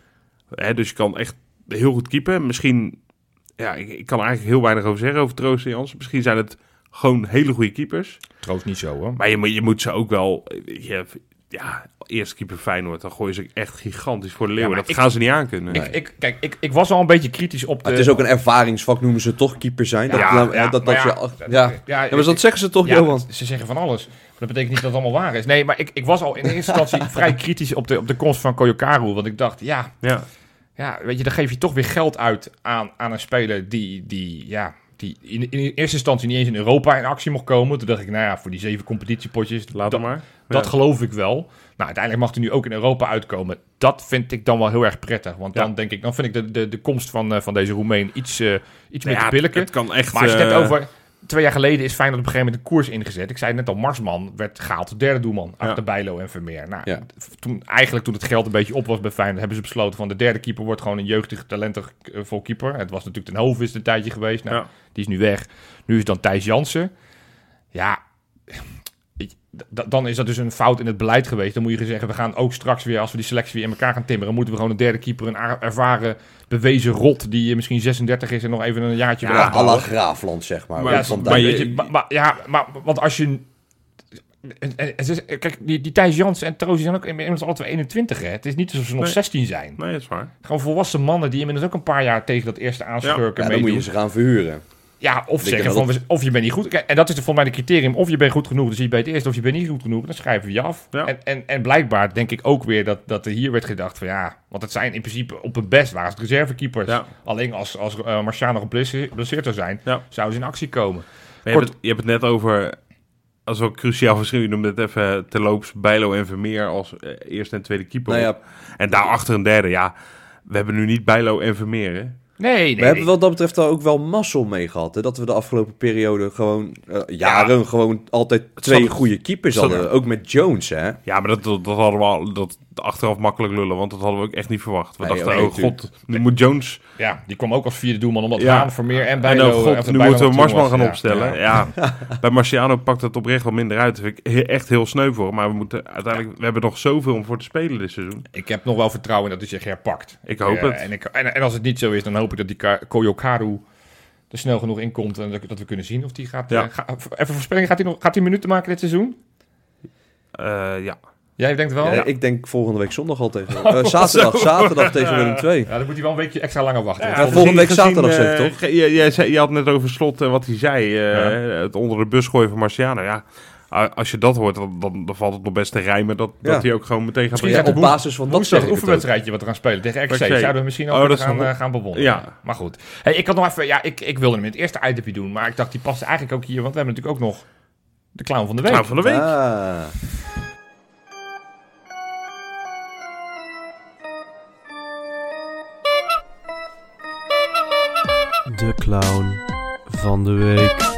Hè, dus je kan echt heel goed keepen. Misschien, ja, ik, ik kan er eigenlijk heel weinig over zeggen over Troost en Jansen. Misschien zijn het gewoon hele goede keepers. Troost niet zo, hoor. Maar je, moet- je moet ze ook wel... Je, ja, eerste keeper Feyenoord, dan gooien ze echt gigantisch voor de leeuwen. Ja, maar dat ik- gaan ze niet aankunnen. Ik, ik, kijk, ik, ik was al een beetje kritisch op de... Maar het is ook een ervaringsvak, noemen ze toch keeper zijn. Dat, Ja, dat, ja, dat, maar dat ja, je, ja. ja, Ja, maar dat zeggen ze toch, ja, Johan? ze zeggen van alles. Maar dat betekent niet dat het allemaal waar is. Nee, maar ik, ik was al in eerste instantie vrij kritisch op de, op de komst van Koyokaru. Want ik dacht, ja, Ja. ja, weet je, dan geef je toch weer geld uit aan, aan een speler die, die, ja, die in, in eerste instantie niet eens in Europa in actie mocht komen. Toen dacht ik, nou ja, voor die zeven competitiepotjes, Laat dat, hem maar. dat Ja. geloof ik wel. Nou, uiteindelijk mag hij nu ook in Europa uitkomen. Dat vind ik dan wel heel erg prettig. Want dan Ja. denk ik, dan vind ik de, de, de komst van, uh, van deze Roemeen iets, uh, iets meer Ja, te het, billijken. het kan echt... Maar als je het eh, hebt over... Twee jaar geleden is Feyenoord op een gegeven moment een koers ingezet. Ik zei het net al, Marsman werd gehaald tot derde doelman. Ja. Achter Bijlo en Vermeer. Nou, Ja. toen, eigenlijk toen het geld een beetje op was bij Feyenoord... hebben ze besloten van de derde keeper wordt gewoon een jeugdig, talentig uh, vol keeper. Het was natuurlijk ten Hove is het een tijdje geweest. Nou, Ja. die is nu weg. Nu is het dan Thijs Jansen. Ja, ik- d- dan is dat dus een fout in het beleid geweest. Dan moet je zeggen, we gaan ook straks weer... als we die selectie weer in elkaar gaan timmeren... moeten we gewoon een derde keeper, een a- ervaren, bewezen rot... die misschien zesendertig is en nog even een jaartje wil Ja, afbouwen. à la Graafland, zeg maar. Maar- Ja, Van maar, maar weet je- je, maar, maar- ja, maar want als je... en- en- en ze- Kijk, die, die Thijs Jansen en Troost zijn ook inmiddels alle twee eenentwintig. Hè? Het is niet alsof ze nog Nee. zestien zijn. Nee, dat is waar. Gewoon volwassen mannen die inmiddels ook een paar jaar tegen dat eerste aanschurken Ja, dan meedoen. moet je ze gaan verhuren. Ja, of Ik zeggen denk van, dat we- of je bent niet goed. Kijk, en dat is de, volgens mij de criterium. Of je bent goed genoeg, dus je bent het eerst. Of je bent niet goed genoeg, dan schrijven we je af. Ja. En, en, en blijkbaar denk ik ook weer dat, dat er hier werd gedacht van ja... Want het zijn in principe op het best waren het reservekeepers. Ja. Alleen als, als uh, Marciano geblesseerd geblesseerd zou zijn, Ja. zouden ze in actie komen. Maar je, Kort- hebt het, je hebt het net over... Als ook cruciaal verschil. Je noemde het even terloops Bijlo en Vermeer als eh, eerste en tweede keeper. Nou ja, En daarachter een derde. Ja, we hebben nu niet Bijlo en Vermeer, hè? Nee, nee, we hebben nee. wat dat betreft daar ook wel mazzel mee gehad. Hè? Dat we de afgelopen periode gewoon eh, jaren gewoon altijd twee zat- goede keepers zat- hadden. Ook met Jones, hè? Ja, maar dat, dat, dat hadden we al... Dat, achteraf makkelijk lullen, want dat hadden we ook echt niet verwacht. We Nee, dachten, oké, oh god, nu moet Jones... Ja, die kwam ook als vierde doelman, omdat Ja. Haan, Vermeer en En Bijlo... oh god, of nu Bijlo moeten we toen Marsman was. gaan Ja, opstellen. ja. Ja, bij Marciano pakt het oprecht wel minder uit. Dat vind ik he- echt heel sneu voor hem. Maar we moeten uiteindelijk... We hebben nog zoveel om voor te spelen dit seizoen. Ik heb nog wel vertrouwen in dat hij zich herpakt. Ik hoop Eh, het. En, ik, en, en als het niet zo is, dan hoop ik dat die Ka- Koyokaru er snel genoeg in komt en dat, dat we kunnen zien of die gaat... Ja. eh, ga- even voorspelling, gaat hij nog gaat hij minuten maken dit seizoen? Eh, ja. Jij denkt wel? Ja, Ja, ik denk volgende week zondag al tegen... eh, zaterdag, zaterdag tegen Willem twee. dan moet hij wel een weekje extra langer wachten. Ja, Want Ja, volgende week gezien, zaterdag zeg ik, eh, toch? ge- Je, jij zei- je had net over Slot uh, wat hij zei. eh, Ja. Het onder de bus gooien van Marciano. Ja, a- als je dat hoort, dan, dan, dan valt het nog best te rijmen dat, Ja. dat hij ook gewoon meteen gaat Misschien Ja, gaat op het woens- basis van dat woensdag zeg een ik het ook. oefenwedstrijdje wat we gaan spelen tegen R K C. R K C. Zouden we misschien ook Oh, kunnen dat is gaan, nog- eh, gaan bewonderen. Ja. Maar goed. Hey, ik had nog even... Ja, ik, ik wilde hem in het eerste itempje doen, maar ik dacht die past eigenlijk ook hier, want we hebben natuurlijk ook nog de clown van de week. Nou, van de week. Ah. De clown van de week.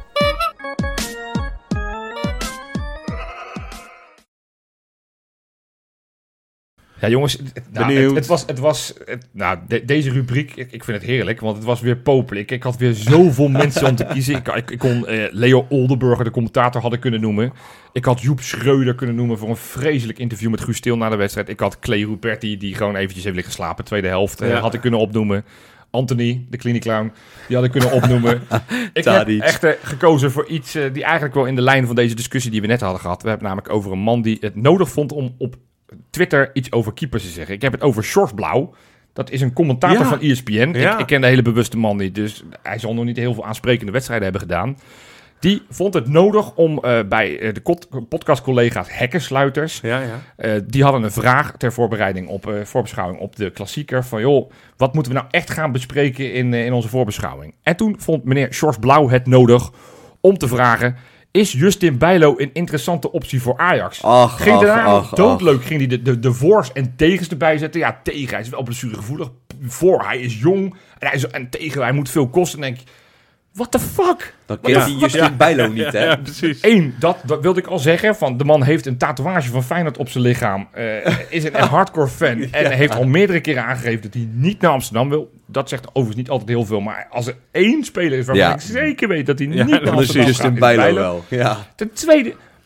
Ja, jongens, het, het- nou, Benieuwd. het, het was, het was het- nou, de- deze rubriek, ik, ik vind het heerlijk, want het was weer popelijk. Ik had weer zoveel mensen om te kiezen. Ik, ik, ik kon eh, Leo Oldenburger, de commentator, hadden kunnen noemen. Ik had Joep Schreuder kunnen noemen voor een vreselijk interview met Guus Stil na de wedstrijd. Ik had Clay Ruperti, die gewoon eventjes heeft liggen slapen, tweede helft, eh, Ja. had ik kunnen opnoemen. Anthony, de kliniekclown, die had ik kunnen opnoemen. Ik heb Tadic. echt eh, gekozen voor iets eh, die eigenlijk wel in de lijn van deze discussie die we net hadden gehad. We hebben namelijk over een man die het nodig vond om op Twitter iets over keepers te zeggen. Ik heb het over Sjors Blauw. Dat is een commentator Ja. van E S P N. Ja. Ik, ik ken de hele bewuste man niet, dus hij zal nog niet heel veel aansprekende wedstrijden hebben gedaan. Die vond het nodig om eh, bij eh, de kot- podcastcollega's Hekkensluiters... Ja, ja. Eh, die hadden een vraag ter voorbereiding op eh, voorbeschouwing op de klassieker. Van joh, wat moeten we nou echt gaan bespreken in, eh, in onze voorbeschouwing? En toen vond meneer Sjors Blauw het nodig om te vragen: is Justin Bijlo een interessante optie voor Ajax? Ach, Ging ach, daarna ach, doodleuk, ging hij de, de, de voor's en tegens erbij zetten. Ja, tegen, hij is wel blessuregevoelig. Voor, hij is jong. En, hij is, en tegen, hij moet veel kosten. En denk je, what the fuck? Dan kent hij Justin Bijlo niet, hè? Ja, precies. Eén, dat, dat wilde ik al zeggen. Van de man heeft een tatoeage van Feyenoord op zijn lichaam. eh, is een hardcore fan. En heeft al meerdere keren aangegeven dat hij niet naar Amsterdam wil. Dat zegt overigens niet altijd heel veel. Maar als er één speler is waarvan Ja. ik zeker weet dat hij Ja, niet naar dan is Amsterdam Justin gaat, is Bijlo wel. Ja. Ten tweede,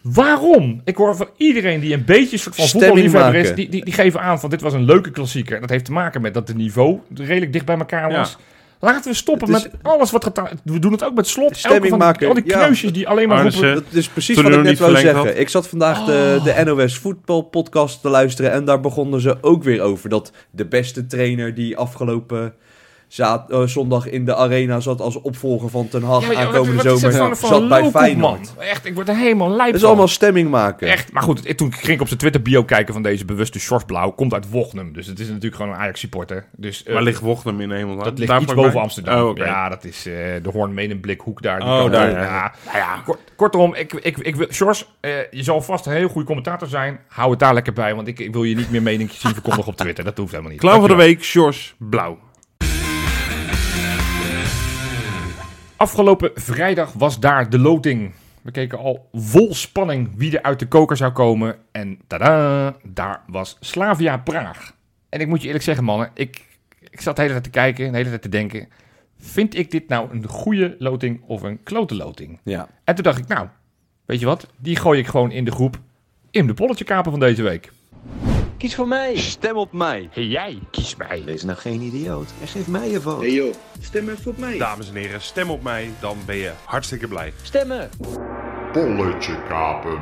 Waarom? Ik hoor van iedereen die een beetje soort van Stemming voetballiefhebber is, maken. die, die, die geven aan van dit was een leuke klassieker. En dat heeft te maken met dat het niveau redelijk dicht bij elkaar was. Ja. Laten we stoppen Het is- met alles wat geta- We doen het ook met Slot. Stemming Elke van maken, al die ja. kneusjes die alleen maar Arnissen. roepen. Dat is precies Toen wat ik hij net nog wou niet verlengd zeggen. Ik zat vandaag de, Oh. de N O S voetbalpodcast te luisteren en daar begonnen ze ook weer over. Dat de beste trainer die afgelopen zaad, uh, zondag in de arena zat als opvolger van Ten Hag Ja, maar aankomende wat is zomer, het van, van zat een bij loophoek, Feyenoord. man. Echt, ik word er helemaal lijp Dat is van. allemaal stemming maken. Echt, maar goed, toen ging ik op zijn Twitter bio kijken van deze bewuste Sjors Blauw. Komt uit Wochnum, dus het is natuurlijk gewoon een Ajax supporter. Dus, uh, Waar ligt Wochnum in hemel? dat ligt Daar iets vlakbij? boven Amsterdam. Oh, oké. Ja, dat is uh, de Hoorn-Medemblik-hoek daar. Die Oh, kant daar, op. ja. Ja. Nou ja, kort, kortom, ik, ik, ik wil, Sjors, uh, je zal vast een heel goede commentator zijn. Hou het daar lekker bij, want ik, ik wil je niet meer meningjes zien verkondigen op Twitter. Dat hoeft helemaal niet. Clown van de Dankjewel. week, Sjors Blauw. Afgelopen vrijdag was daar de loting. We keken al vol spanning wie er uit de koker zou komen. En tada, daar was Slavia Praag. En ik moet je eerlijk zeggen, mannen, ik, ik zat de hele tijd te kijken, de hele tijd te denken. Vind ik dit nou een goede loting of een klote loting? Ja. En toen dacht ik, nou, weet je wat? Die gooi ik gewoon in de groep in de polletje kapen van deze week. Kies voor mij. Stem op mij. Hey jij, kies mij. Wees nou geen idioot en geef mij je vote. Hey joh, stem even op mij. Dames en heren, stem op mij, dan ben je hartstikke blij. Stemmen. Polletje kapen.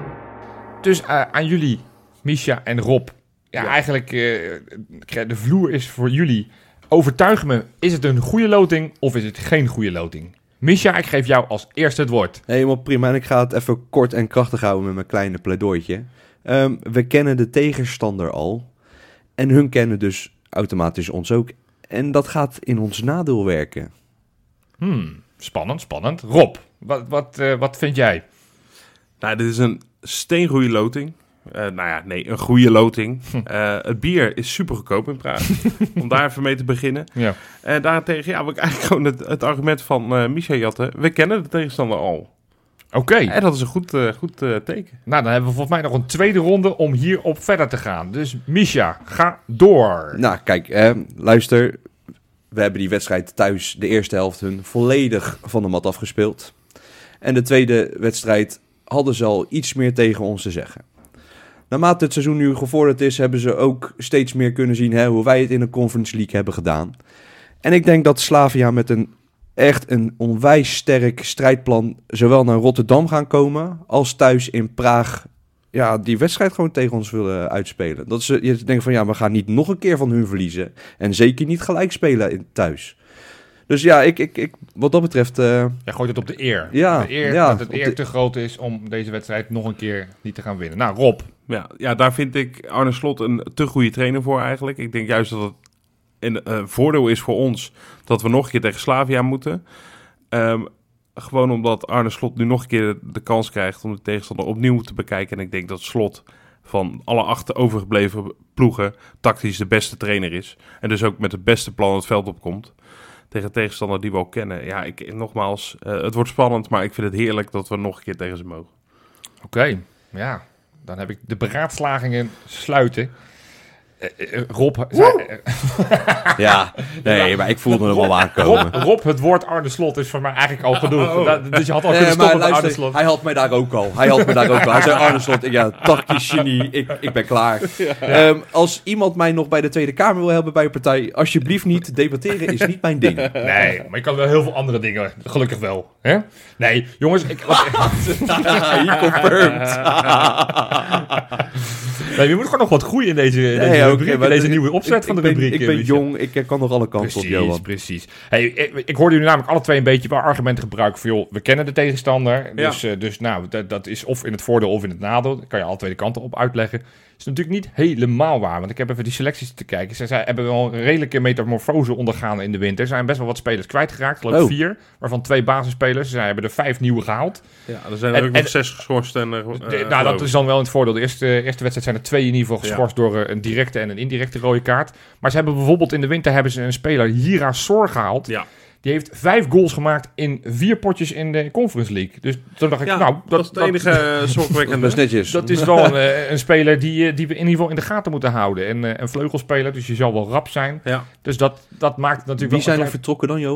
Dus uh, aan jullie, Misha en Rob. Ja, eigenlijk, uh, de vloer is voor jullie. Overtuig me, is het een goede loting of is het geen goede loting? Misha, ik geef jou als eerste het woord. Helemaal prima. En ik ga het even kort en krachtig houden met mijn kleine pleidooitje. Um, we kennen de tegenstander al. En hun kennen dus automatisch ons ook. En dat gaat in ons nadeel werken. Hmm, spannend, spannend. Rob, wat, wat, uh, wat vind jij? Nou, dit is een steengoede loting. Uh, nou ja, nee, een goede loting. Uh, het bier is super goedkoop in Praag. Om daar even mee te beginnen. Ja. En daarentegen, ja, wil ik eigenlijk gewoon het, het argument van uh, Misha jatten. We kennen de tegenstander al. Oké. Okay. En dat is een goed, uh, goed uh, teken. Nou, dan hebben we volgens mij nog een tweede ronde om hierop verder te gaan. Dus Misha, ga door. Nou, kijk, eh, luister. We hebben die wedstrijd thuis, de eerste helft, hun volledig van de mat afgespeeld. En de tweede wedstrijd hadden ze al iets meer tegen ons te zeggen. Naarmate het seizoen nu gevorderd is, hebben ze ook steeds meer kunnen zien hè, hoe wij het in de Conference League hebben gedaan. En ik denk dat Slavia met een echt een onwijs sterk strijdplan zowel naar Rotterdam gaan komen als thuis in Praag ja, die wedstrijd gewoon tegen ons willen uitspelen. Dat ze je denkt van ja, we gaan niet nog een keer van hun verliezen en zeker niet gelijk spelen in, thuis. Dus ja, ik, ik, ik, wat dat betreft... Uh, Jij gooit het op de eer. Ja, de eer ja, dat het eer de... te groot is om deze wedstrijd nog een keer niet te gaan winnen. Nou, Rob. Ja, ja, daar vind ik Arne Slot een te goede trainer voor eigenlijk. Ik denk juist dat het een uh, voordeel is voor ons dat we nog een keer tegen Slavia moeten. Um, gewoon omdat Arne Slot nu nog een keer de kans krijgt om de tegenstander opnieuw te bekijken. En ik denk dat Slot van alle acht overgebleven ploegen tactisch de beste trainer is. En dus ook met het beste plan het veld opkomt. Tegen een tegenstander die we ook kennen. Ja, ik, nogmaals, uh, het wordt spannend, maar ik vind het heerlijk dat we nog een keer tegen ze mogen. Oké, okay, ja. Dan heb ik de beraadslagingen sluiten. Uh, uh, Rob... Zei, uh, ja, nee, maar ik voelde hem al aankomen. Rob, Rob, het woord Arne Slot is voor mij eigenlijk al genoeg. Oh, oh. Dat, dus je had al nee, kunnen stoppen met luister, Arne Slot. Hij had mij daar ook al. Hij had me daar ook al. Hij zei Arne Slot, ja, tactisch genie, ik, ik ben klaar. Ja. Um, als iemand mij nog bij de Tweede Kamer wil hebben bij een partij, alsjeblieft niet, debatteren is niet mijn ding. Nee, maar je kan wel heel veel andere dingen, gelukkig wel. Hè? Nee, jongens, ik... He confirmed. Nee, je moet gewoon nog wat groeien in deze, deze, nee, rubriek, okay, in deze nieuwe opzet ik, van de ik rubriek. Ben, ik ben jong, ik kan nog alle kanten precies, op, Johan. Precies, hey, ik, ik hoorde jullie namelijk alle twee een beetje waar argumenten gebruiken van, joh, we kennen de tegenstander. Dus, ja. uh, dus nou, dat, dat is of in het voordeel of in het nadeel. Dat kan je alle twee de kanten op uitleggen. Dat is natuurlijk niet helemaal waar, want ik heb even die selecties te kijken. Ze, ze hebben wel een redelijke metamorfose ondergaan in de winter. Er zijn best wel wat spelers kwijtgeraakt, geloof ik oh. vier, waarvan twee basisspelers. Ze hebben er vijf nieuwe gehaald. Ja, er zijn er en, ook en, nog zes geschorst. En, uh, de, nou, dat is dan wel in het voordeel. De eerste, eerste wedstrijd zijn er twee in ieder geval geschorst ja. door uh, een directe en een indirecte rode kaart. Maar ze hebben bijvoorbeeld in de winter hebben ze een speler, Hira Soor, gehaald. Ja. Die heeft vijf goals gemaakt in vier potjes in de Conference League. Dus toen dacht ik, ja, nou... Dat, dat is het enige zorgwekkende. Dat is netjes. Dat is wel een, een speler die, die we in ieder geval in de gaten moeten houden. En een vleugelspeler, dus je zal wel rap zijn. Ja. Dus dat, dat maakt natuurlijk... Wie zijn er klein... vertrokken dan, Johan?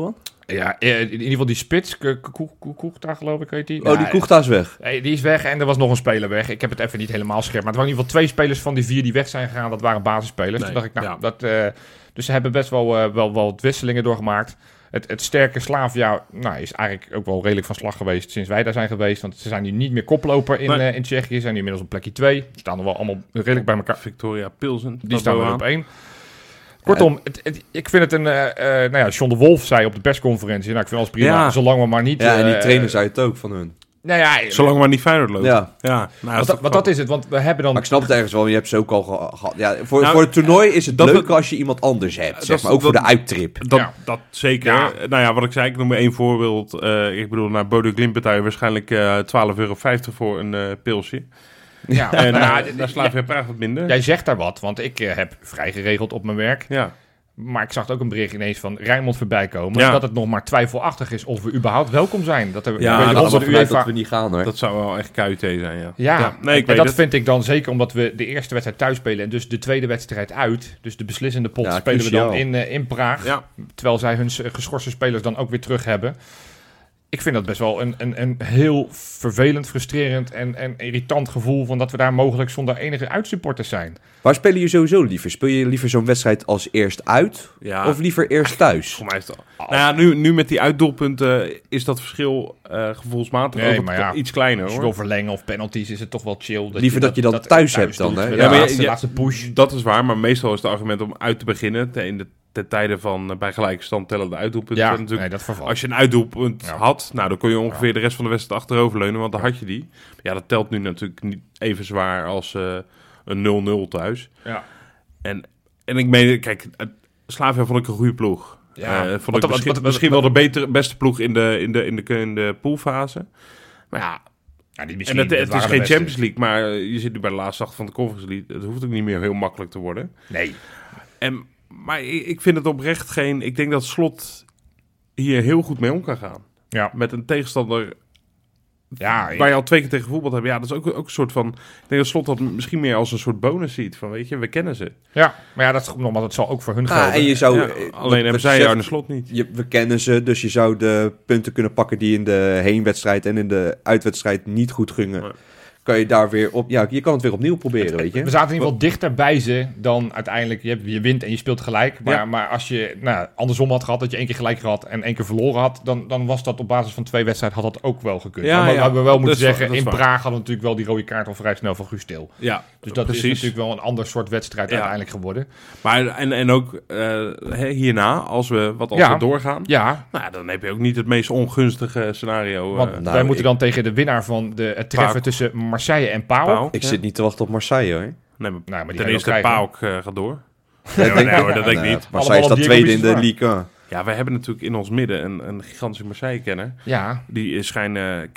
Ja, in ieder geval die spits, Koegta geloof ik, heet die. Oh, die Koegta is weg. Nee, die is weg en er was nog een speler weg. Ik heb het even niet helemaal scherp. Maar het waren in ieder geval twee spelers van die vier die weg zijn gegaan. Dat waren basisspelers. Nee, Toen dacht ik, nou, ja. dat... Uh, dus ze hebben best wel, uh, wel, wel wat wisselingen doorgemaakt. Het, het sterke Slavia nou, is eigenlijk ook wel redelijk van slag geweest sinds wij daar zijn geweest. Want ze zijn nu niet meer koploper in, nee. uh, in Tsjechië. Ze zijn nu inmiddels op plekje twee. Ze staan er wel allemaal redelijk bij elkaar. Victoria Pilsen. Die staan er op één. Kortom, het, het, ik vind het een... Uh, uh, nou ja, John de Wolf zei op de persconferentie... Nou, ik vind alles prima, Ja. zolang we maar niet... Ja, en die uh, trainer zei het ook van hun. Nou ja, Zolang maar niet Feyenoord loopt. Ja. ja nou, want, dat, want dat is het, want we hebben dan... Maar ik snap het ergens wel, je hebt ze ook al gehad. Ja, voor, Nou, voor het toernooi is het dat leuker we- als je iemand anders hebt, dat zeg is- maar. Ook dat- voor de uittrip. Dat, Ja. dat zeker. Ja. Nou ja, wat ik zei, ik noem maar één voorbeeld. Uh, ik bedoel, naar Bodo Glimt betaal je waarschijnlijk uh, twaalf euro vijftig voor een uh, pilsje. Ja, En nou ja, uh, daar slaaf je Praag wat minder. Jij zegt daar wat, want ik uh, heb vrij geregeld op mijn werk. Ja. Maar ik zag ook een bericht ineens van Rijnmond voorbij komen. Ja. Dat het nog maar twijfelachtig is of we überhaupt welkom zijn. Dat er, Ja, weet je, dat onder is de vanuit UEFA... dat we niet gaan, hoor. Dat zou wel echt K U T zijn, ja. Ja, nee, ik en weet dat het. vind ik dan zeker omdat we de eerste wedstrijd thuis spelen en dus de tweede wedstrijd uit. Dus de beslissende pot Ja, spelen cruciaal. we dan in, uh, in Praag. Ja. Terwijl zij hun uh, geschorste spelers dan ook weer terug hebben. Ik vind dat best wel een, een, een heel vervelend, frustrerend en, en irritant gevoel... van dat we daar mogelijk zonder enige uitsupporters zijn. Waar speel je sowieso liever? Speel je liever zo'n wedstrijd als eerst uit? Ja. Of liever eerst thuis? Voor mij is het al. Nou ja, nu, nu met die uitdoelpunten is dat verschil uh, gevoelsmatig Nee, ook maar wat- ja, iets kleiner, Als je hoor. wil verlengen of penalties is het toch wel chill. Dat Liever dat je dat thuis hebt dan, doet. hè? De Ja, maar je- laatste, je- laatste push. Dat is waar, maar meestal is het argument om uit te beginnen. Ten, in de, ten tijde van uh, bij gelijke stand tellen de uitdoelpunten. Ja, natuurlijk. nee, dat vervalt. Als je een uitdoelpunt Ja. had, nou, dan kon je ongeveer de rest van de wedstrijd achteroverleunen, want dan had je die. Ja, dat telt nu natuurlijk niet even zwaar als uh, een nul nul thuis. Ja. En, en ik meen, kijk, uh, Slavia vond ik een goede ploeg. Ja. Uh, vond Wat- ik wat- misschien, wat- misschien wel de betere, beste ploeg in de, in de, in de, in de poolfase. Maar ja, Ja, die en misschien, het, dat het is waren de geen beste. Champions League, maar uh, je zit nu bij de laatste acht van de Conference League. Het hoeft ook niet meer heel makkelijk te worden. Nee. En, maar ik, ik vind het oprecht geen... Ik denk dat Slot hier heel goed mee om kan gaan. Ja. Met een tegenstander Ja, ik- waar je al twee keer tegen voetbal hebt. Ja, dat is ook, ook een soort van... Ik denk dat Slot dat misschien meer als een soort bonus ziet. Van, weet je, we kennen ze. Ja, maar ja, dat, is- nogmaals, dat zal ook voor hun Ah, gelden. en je zou... Ja, eh, alleen wat- hebben wat zij je Arne zegt, Slot niet. je, we kennen ze, dus je zou de punten kunnen pakken die in de heenwedstrijd en in de uitwedstrijd niet goed gingen. Nee. Kan je daar weer op... Ja, je kan het weer opnieuw proberen, weet je. We zaten in ieder geval dichter bij ze dan uiteindelijk. Je, hebt, je wint en je speelt gelijk. Maar, Ja. maar als je nou, andersom had gehad, dat je één keer gelijk gehad en één keer verloren had, dan, dan was dat op basis van twee wedstrijden had dat ook wel gekund. Ja, maar ja. we hebben wel moeten Dat is waar, zeggen, dat is in waar. Praag hadden we natuurlijk wel die rode kaart al vrij snel van Guus Til. Ja, Dus dat is natuurlijk wel een ander soort wedstrijd Ja. uiteindelijk geworden. Maar en, en ook uh, hè, hierna, als we, wat als Ja. we doorgaan... Ja, Nou, dan heb je ook niet het meest ongunstige scenario. uh, want nou, wij moeten ik- dan tegen de winnaar van de, het treffen Pauk. tussen Marseille en Pau. Pau. Ik Ja. zit niet te wachten op Marseille, hoor. Nee, maar Nou, maar die ten ga je eerste, wel krijgen. Pauk uh, gaat door. Ja, nee, nee, hoor, dat denk ik Nee, niet. Marseille Allemaal staat op tweede in de Diego Ligue één. Ja, wij hebben natuurlijk in ons midden een, een gigantische Marseille-kenner. Ja, Die schijnen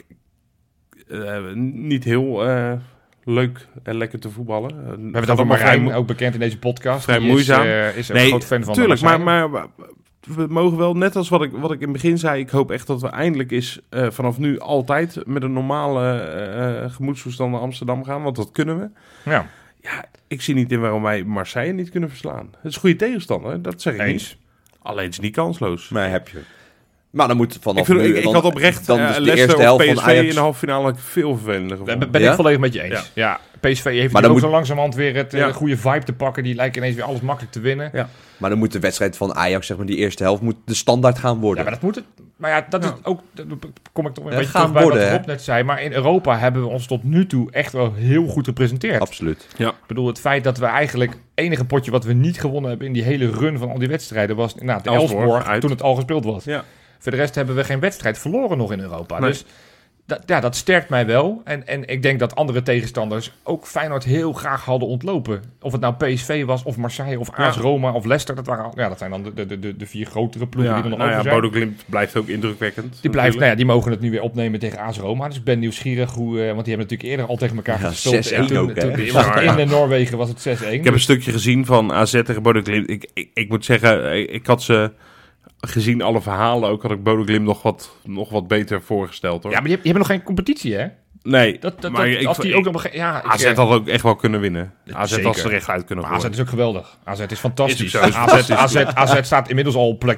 uh, uh, niet heel uh, leuk en lekker te voetballen. Uh, we hebben het over Marijn, ook bekend in deze podcast. vrij Die moeizaam. Is, uh, is een Nee, groot fan van tuurlijk, maar, Marseille. maar we mogen wel, net als wat ik, wat ik in het begin zei, ik hoop echt dat we eindelijk eens uh, vanaf nu altijd met een normale uh, gemoedstoestand naar Amsterdam gaan, want dat kunnen we. Ja, Ja, ik zie niet in waarom wij Marseille niet kunnen verslaan. Het is een goede tegenstander, dat zeg ik eens. niet. Alleen het is niet kansloos. Maar heb je. Maar dan moet vanaf Ik, vind, nu... ik, ik dan- had oprecht dan uh, is de Leicester eerste helft of P van S V Ajax... in de halve finale veel vervelender Daar gevonden. ben Ja? ik volledig met je eens. Ja, P S V heeft Maar nu dan ook moet- zo langzamerhand weer het uh, Ja. goede vibe te pakken. Die lijken ineens weer alles makkelijk te winnen. Ja, Maar dan moet de wedstrijd van Ajax, zeg maar, die eerste helft, moet de standaard gaan worden. maar dat moet het. Maar ja, dat Ja. is ook... Dat kom ik toch een Ja, beetje gaan terug bij worden, wat hè? Rob net zei. Maar in Europa hebben we ons tot nu toe echt wel heel goed gepresenteerd. Absoluut. Ik bedoel, het feit dat we eigenlijk... Het enige potje wat we niet gewonnen hebben in die hele run van al die wedstrijden was nou, de Elfsborg, Elfsborg, uit. toen het al gespeeld was. Ja. Voor de rest hebben we geen wedstrijd verloren nog in Europa. Nee. Dus dat, ja, dat sterkt mij wel. En, en ik denk dat andere tegenstanders ook Feyenoord heel graag hadden ontlopen. Of het nou P S V was, of Marseille, of A S Ja. Roma, of Leicester. Dat, waren, al- ja, dat zijn dan de, de, de, de vier grotere ploegen Ja, die er nog nou ja, over zijn. Bodo Glimt blijft ook indrukwekkend. Die, blijft, nou natuurlijk. ja, die mogen het nu weer opnemen tegen A S Roma. Dus ik ben nieuwsgierig hoe... uh, want die hebben natuurlijk eerder al tegen elkaar Ja, gespeeld. zes één En toen, ook, hè? toen- Ja, was het ja. in uh, Noorwegen was het zes één. Ik heb een stukje gezien van A Z tegen Bodo Glimt. Ik, ik, ik moet zeggen, ik, ik had ze gezien alle verhalen ook, had ik Bodo Glimt nog wat, nog wat beter voorgesteld, hoor. Ja, maar die, die hebben nog geen competitie, hè? nee, Dat, dat, maar dat, ik, als die ik- ook nog... bege- Ja, ik, A Z eh, had ook echt wel kunnen winnen. A Z Zeker. was er echt uit kunnen Maar A Z gooien. is ook geweldig. A Z is fantastisch. Is ook zo, is A Z, A Z, A Z staat inmiddels al op plek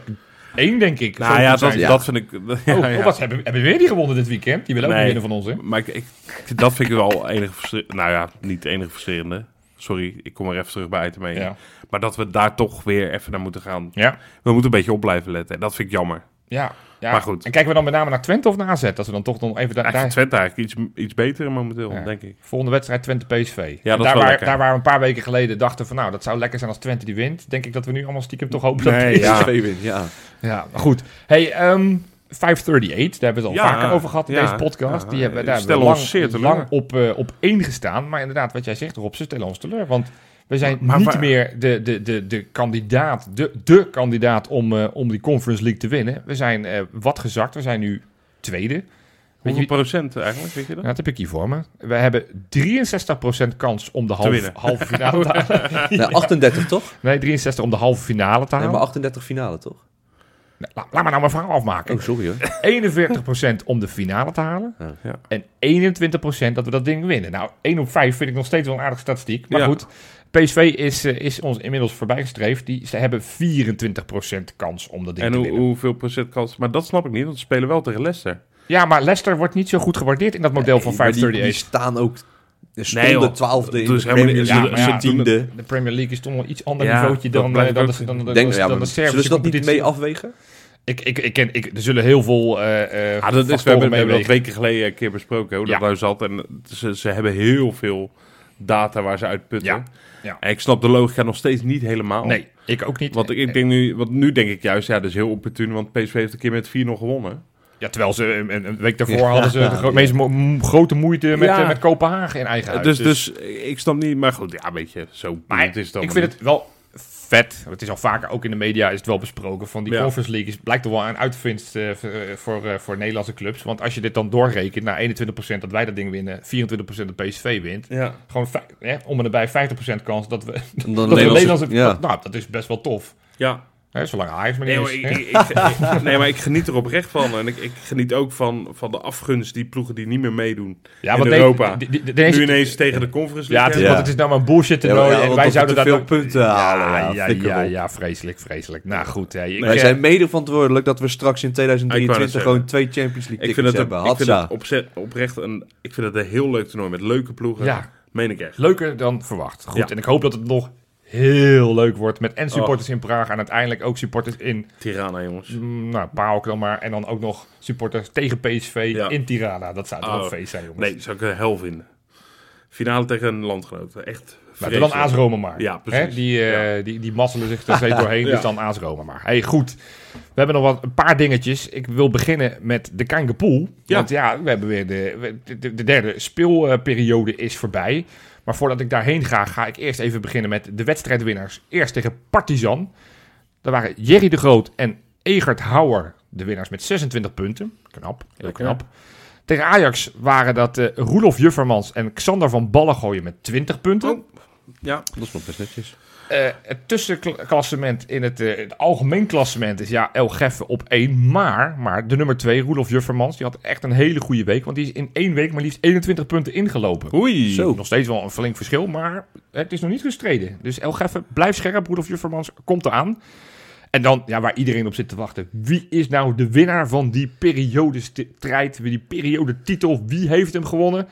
Eén, denk ik. Nou Zo ja, goed dat, zijn. dat vind ik... Ja, Oh, ja. oh, wat, hebben, hebben we weer die gewonnen dit weekend? Die willen ook Nee. niet winnen van ons, hè? Maar ik, ik, dat vind ik wel enige frustrerende. Nou ja, niet de enige frustrerende. Sorry, ik kom er even terug bij uit mee. Ja. Maar dat we daar toch weer even naar moeten gaan. Ja. We moeten een beetje op blijven letten. En dat vind ik jammer. Ja. ja. Maar goed. En kijken we dan met name naar Twente of naar A Z? Dat we dan toch nog even da- Ja, daar... Twente eigenlijk iets, iets beter momenteel, Ja. denk ik. Volgende wedstrijd Twente P S V. Ja, En dat is daar, wel waar, lekker. daar waar we een paar weken geleden dachten van... nou, dat zou lekker zijn als Twente die wint. Denk ik dat we nu allemaal stiekem toch hopen Nee, dat... ja. P S V wint, ja. Ja, maar goed. Hey, um, vijfendertig, daar hebben we het al Ja, vaker over gehad in ja, deze podcast. ja, Die hebben, die daar hebben we stellen lang, ons zeer teleur. lang op, uh, op één gestaan. Maar inderdaad, wat jij zegt Rob, ze stellen ons teleur. Want we zijn Maar niet waar- meer de, de, de, de kandidaat, de, de kandidaat om, uh, om die Conference League te winnen. We zijn uh, wat gezakt. We zijn nu tweede. Weet Hoeveel je, procent eigenlijk, weet je dat? ja, dat heb ik hier voor me. We hebben drieënzestig procent kans om de half, winnen. halve finale te halen. Nee, achtendertig toch? Nee, drieënzestig om de halve finale te Nee, halen. maar achtendertig finale toch? Nee, laat, laat maar nou mijn verhaal afmaken. Oh, sorry hoor. eenenveertig procent om de finale te halen. Ja. Ja. En eenentwintig procent dat we dat ding winnen. Nou, één op vijf vind ik nog steeds wel een aardige statistiek. Maar Ja. goed, P S V is, uh, is ons inmiddels voorbijgestreefd. Die, ze hebben vierentwintig procent kans om dat ding En te hoe, winnen. hoeveel procent kans? Maar dat snap ik niet, want ze spelen wel tegen Leicester. Ja, maar Leicester wordt niet zo goed gewaardeerd in dat model van Nee, maar die, die vijfendertig. staan ook... Ze Nee, stonden joh. twaalfde in Dus de helemaal Premier niet- League, Ja, maar ja, ze tiende. De Premier League is toch wel een iets ander Ja, niveautje dat dan, blijf uh, ik dan, ook- de, dan, de, dan, Denk, de, ja, dan de maar Servische zullen ze dat niet competitie. mee afwegen? Ik, ik, ik, ken, ik, er zullen heel veel uh, uh, Ah, dat is, we factoren hebben, we hebben dat meewegen. weken geleden een keer besproken, hoe dat Ja. nou zat. En ze, ze hebben heel veel data waar ze uit putten. Ja. Ja. En ik snap de logica nog steeds niet helemaal. Nee, ik ook niet. Want ik, ik denk nu, want nu denk ik juist, ja, dat is heel opportun, want P S V heeft een keer met vier nul gewonnen. Ja, terwijl ze een, een week daarvoor Ja. hadden ze de gro- meest mo- m- grote moeite met, Ja. eh, met Kopenhagen in eigen huis. Dus, dus ik snap niet, maar goed, ja, weet je, zo maar het is dan ik vind het wel vet. Het is al vaker, ook in de media is het wel besproken. Van die Ja. Conference League is, blijkt toch wel een uitvindst uh, voor, voor, uh, voor Nederlandse clubs. Want als je dit dan doorrekent naar eenentwintig procent dat wij dat ding winnen, vierentwintig procent dat P S V wint. Ja. Gewoon vij- hè, om en nabij vijftig procent kans dat we, Dan dat we Nederlandse- Nederlandse... ja. dat- nou, dat is best wel tof. Ja. Hè, zolang Ajax maar Nee, niet maar is. ik, hè. ik, ik- ik- nee, maar ik geniet er oprecht van. En ik, ik geniet ook van, van de afgunst die ploegen die niet meer meedoen Ja, in want Europa. de- de- de- deze- nu ineens tegen de Conference Ja, League. het is, hè? Ja. want het is nou maar een bullshit Ja, toernooi. ja, en want wij dat zouden we daar te dan- veel punten halen. Ja, Ja, ja, flikker ja, op. ja, vreselijk, vreselijk. Nou goed, hè, ik, Wij eh, zijn mede verantwoordelijk dat we straks in tweeduizend Ik wou drieëntwintig net gewoon twee Champions League Ik tickets vind het, hebben. een, ik vind Hatsa. het opzet, oprecht een, ik vind het een heel leuk toernooi met leuke ploegen. Ja. Meen ik echt. leuker dan verwacht. Goed, Ja. en ik hoop dat het nog heel leuk wordt met en supporters in Praag en uiteindelijk ook supporters in Tirana, jongens. mm, nou, PAOK dan maar. En dan ook nog supporters tegen P S V Ja. in Tirana. Dat zou toch Oh, een feest zijn, jongens. Nee, dat zou ik een hel vinden. Finale tegen een landgenoot. Echt Nou, doe dan AS Roma maar. Ja, precies. Hè? Die, uh, Ja. die, die masselen zich er steeds doorheen, Ja. dus dan AS Roma maar. Hey, goed. We hebben nog wat, een paar dingetjes. Ik wil beginnen met de Kangapool. Ja. Want ja, we hebben weer de, we- de, de derde speelperiode is voorbij. Maar voordat ik daarheen ga, ga ik eerst even beginnen met de wedstrijdwinnaars. Eerst tegen Partizan. Daar waren Jerry de Groot en Egert Houwer de winnaars met zesentwintig punten. Knap, heel Lekker. knap. Tegen Ajax waren dat uh, Roelof Juffermans en Xander van Ballengooien met twintig punten. Oh. Ja, Dat is nog best netjes. Uh, het tussenklassement in het, uh, het algemeen klassement is ja El Geffe op één. Maar, maar de nummer twee, Roelof Juffermans, die had echt een hele goede week. Want die is in één week maar liefst eenentwintig punten ingelopen. oei. Zo. Nog steeds wel een flink verschil, maar het is nog niet gestreden. Dus El Geffe, blijf scherp. Roelof Juffermans komt eraan. En dan, ja, waar iedereen op zit te wachten. Wie is nou de winnaar van die periodestrijd? Die periodetitel? Wie heeft hem gewonnen?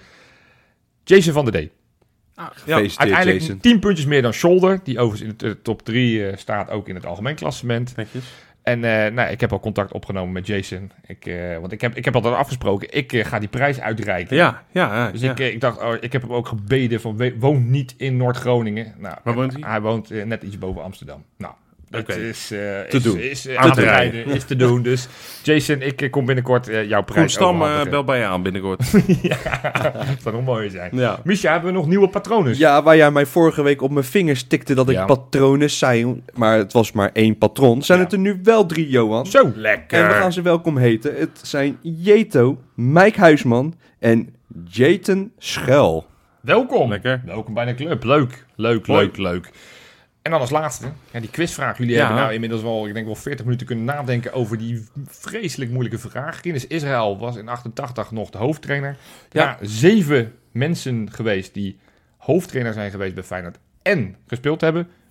Jason van der Dee. Ja, Gefeliciteerd, Uiteindelijk Jason. tien puntjes meer dan Scholder. Die overigens in de uh, top drie uh, staat, ook in het algemeen klassement. netjes. En uh, nou, ik heb al contact opgenomen met Jason. Ik, uh, want ik heb, ik heb altijd afgesproken, ik uh, ga die prijs uitreiken. Ja, ja, ja. Dus ja. ik, uh, ik dacht, oh, ik heb hem ook gebeden van, we- woon niet in Noord-Groningen. Nou, Waar woont hij? Hij woont uh, net iets boven Amsterdam. Nou, dat Oké. is, uh, Te is, doen. is, uh, Uit aan te te rijden. rijden, is te doen. Dus Jason, ik uh, kom binnenkort uh, jouw Koen prijs Stam, uh, overhandigen. bel bij je aan binnenkort. Ja, dat zou nog mooi zijn. Ja. Misha, hebben we nog nieuwe patronen? Ja, waar jij mij vorige week op mijn vingers tikte dat ik Ja. patronen zei, maar het was maar één patroon. Zijn Ja. het er nu wel drie, Johan? Zo. Lekker. En we gaan ze welkom heten. Het zijn Jeto, Mike Huisman en Jayton Schuil. Welkom. Lekker. Welkom bij de club. Leuk, leuk, Mooi. leuk, leuk. En dan als laatste, ja, die quizvraag. Jullie Ja. hebben nou inmiddels wel, ik denk wel veertig minuten kunnen nadenken over die vreselijk moeilijke vraag. Rinus Israël was in achtentachtig nog de hoofdtrainer. Ja. Ja. zeven mensen geweest die hoofdtrainer zijn geweest bij Feyenoord en gespeeld hebben.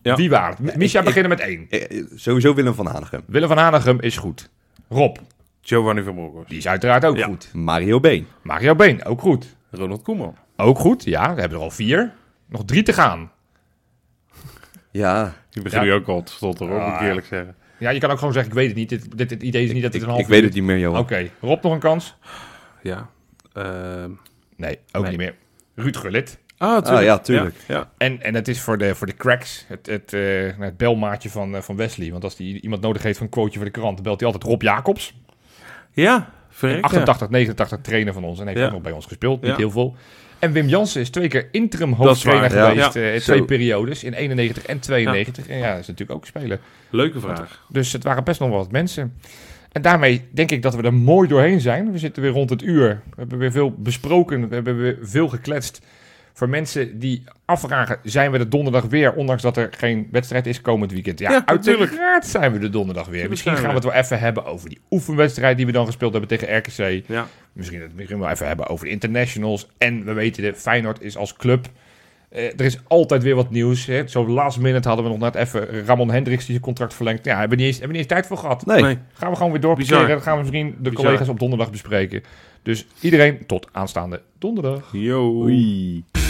Ja. Wie waren het? M- Misha, ik- beginnen met één. Eh, sowieso Willem van Hanegem. Willem van Hanegem is goed. Rob, Giovanni van Bronckhorst. die is uiteraard ook Ja. goed. Mario Been. Mario Been, ook goed. Ronald Koeman. Ook goed, ja. We hebben er al vier. Nog drie te gaan. Ja, Die begint Ja. nu ook al te stotteren, hoor, moet ik Ah. eerlijk zeggen. Ja, je kan ook gewoon zeggen, ik weet het niet. Dit, dit, het idee is niet dat het ik, een half ik weet uur het niet meer, Johan. Oké, Rob nog een kans? Ja. Ehm Nee, ook Nee. niet meer. Ruud Gullit. Ah, Ah, ja, tuurlijk. Ja, ja. En, en het is voor de, voor de cracks, het, het, eh, nou, het belmaatje van, eh, van Wesley. Want als die iemand nodig heeft van een quoteje voor de krant, dan belt hij altijd Rob Jacobs. Ja, verrek, achtentachtig, negenentachtig trainer van ons en heeft Ja. ook nog bij ons gespeeld, niet Ja. heel veel. En Wim Jansen is twee keer interim Dat is hoofdtrainer waar, geweest ja. eh, in Zo. twee periodes, in eenennegentig en tweeënnegentig. En ja, dat is natuurlijk ook spelen. ja. Leuke vraag. Dus het waren best nog wel wat mensen. En daarmee denk ik dat we er mooi doorheen zijn. We zitten weer rond het uur. We hebben weer veel besproken. We hebben weer veel gekletst. Voor mensen die afvragen, zijn we de donderdag weer? Ondanks dat er geen wedstrijd is komend weekend. Ja, Ja, natuurlijk. uiteraard zijn we de donderdag weer. Tuurlijk Misschien zijn gaan we we. het wel even hebben over die oefenwedstrijd die we dan gespeeld hebben tegen R K C. Ja. Misschien het misschien wel even hebben over de internationals. En we weten, de Feyenoord is als club. Eh, er is altijd weer wat nieuws. Hè. Zo last minute hadden we nog net even Ramon Hendricks die zijn contract verlengt. Ja, hebben we niet eens, hebben we niet eens tijd voor gehad. Nee. Nee. Gaan we gewoon weer doorparkeren. Bizar. Dat gaan we misschien de Bizar. collega's op donderdag bespreken. Dus iedereen tot aanstaande donderdag. Yo. Oei.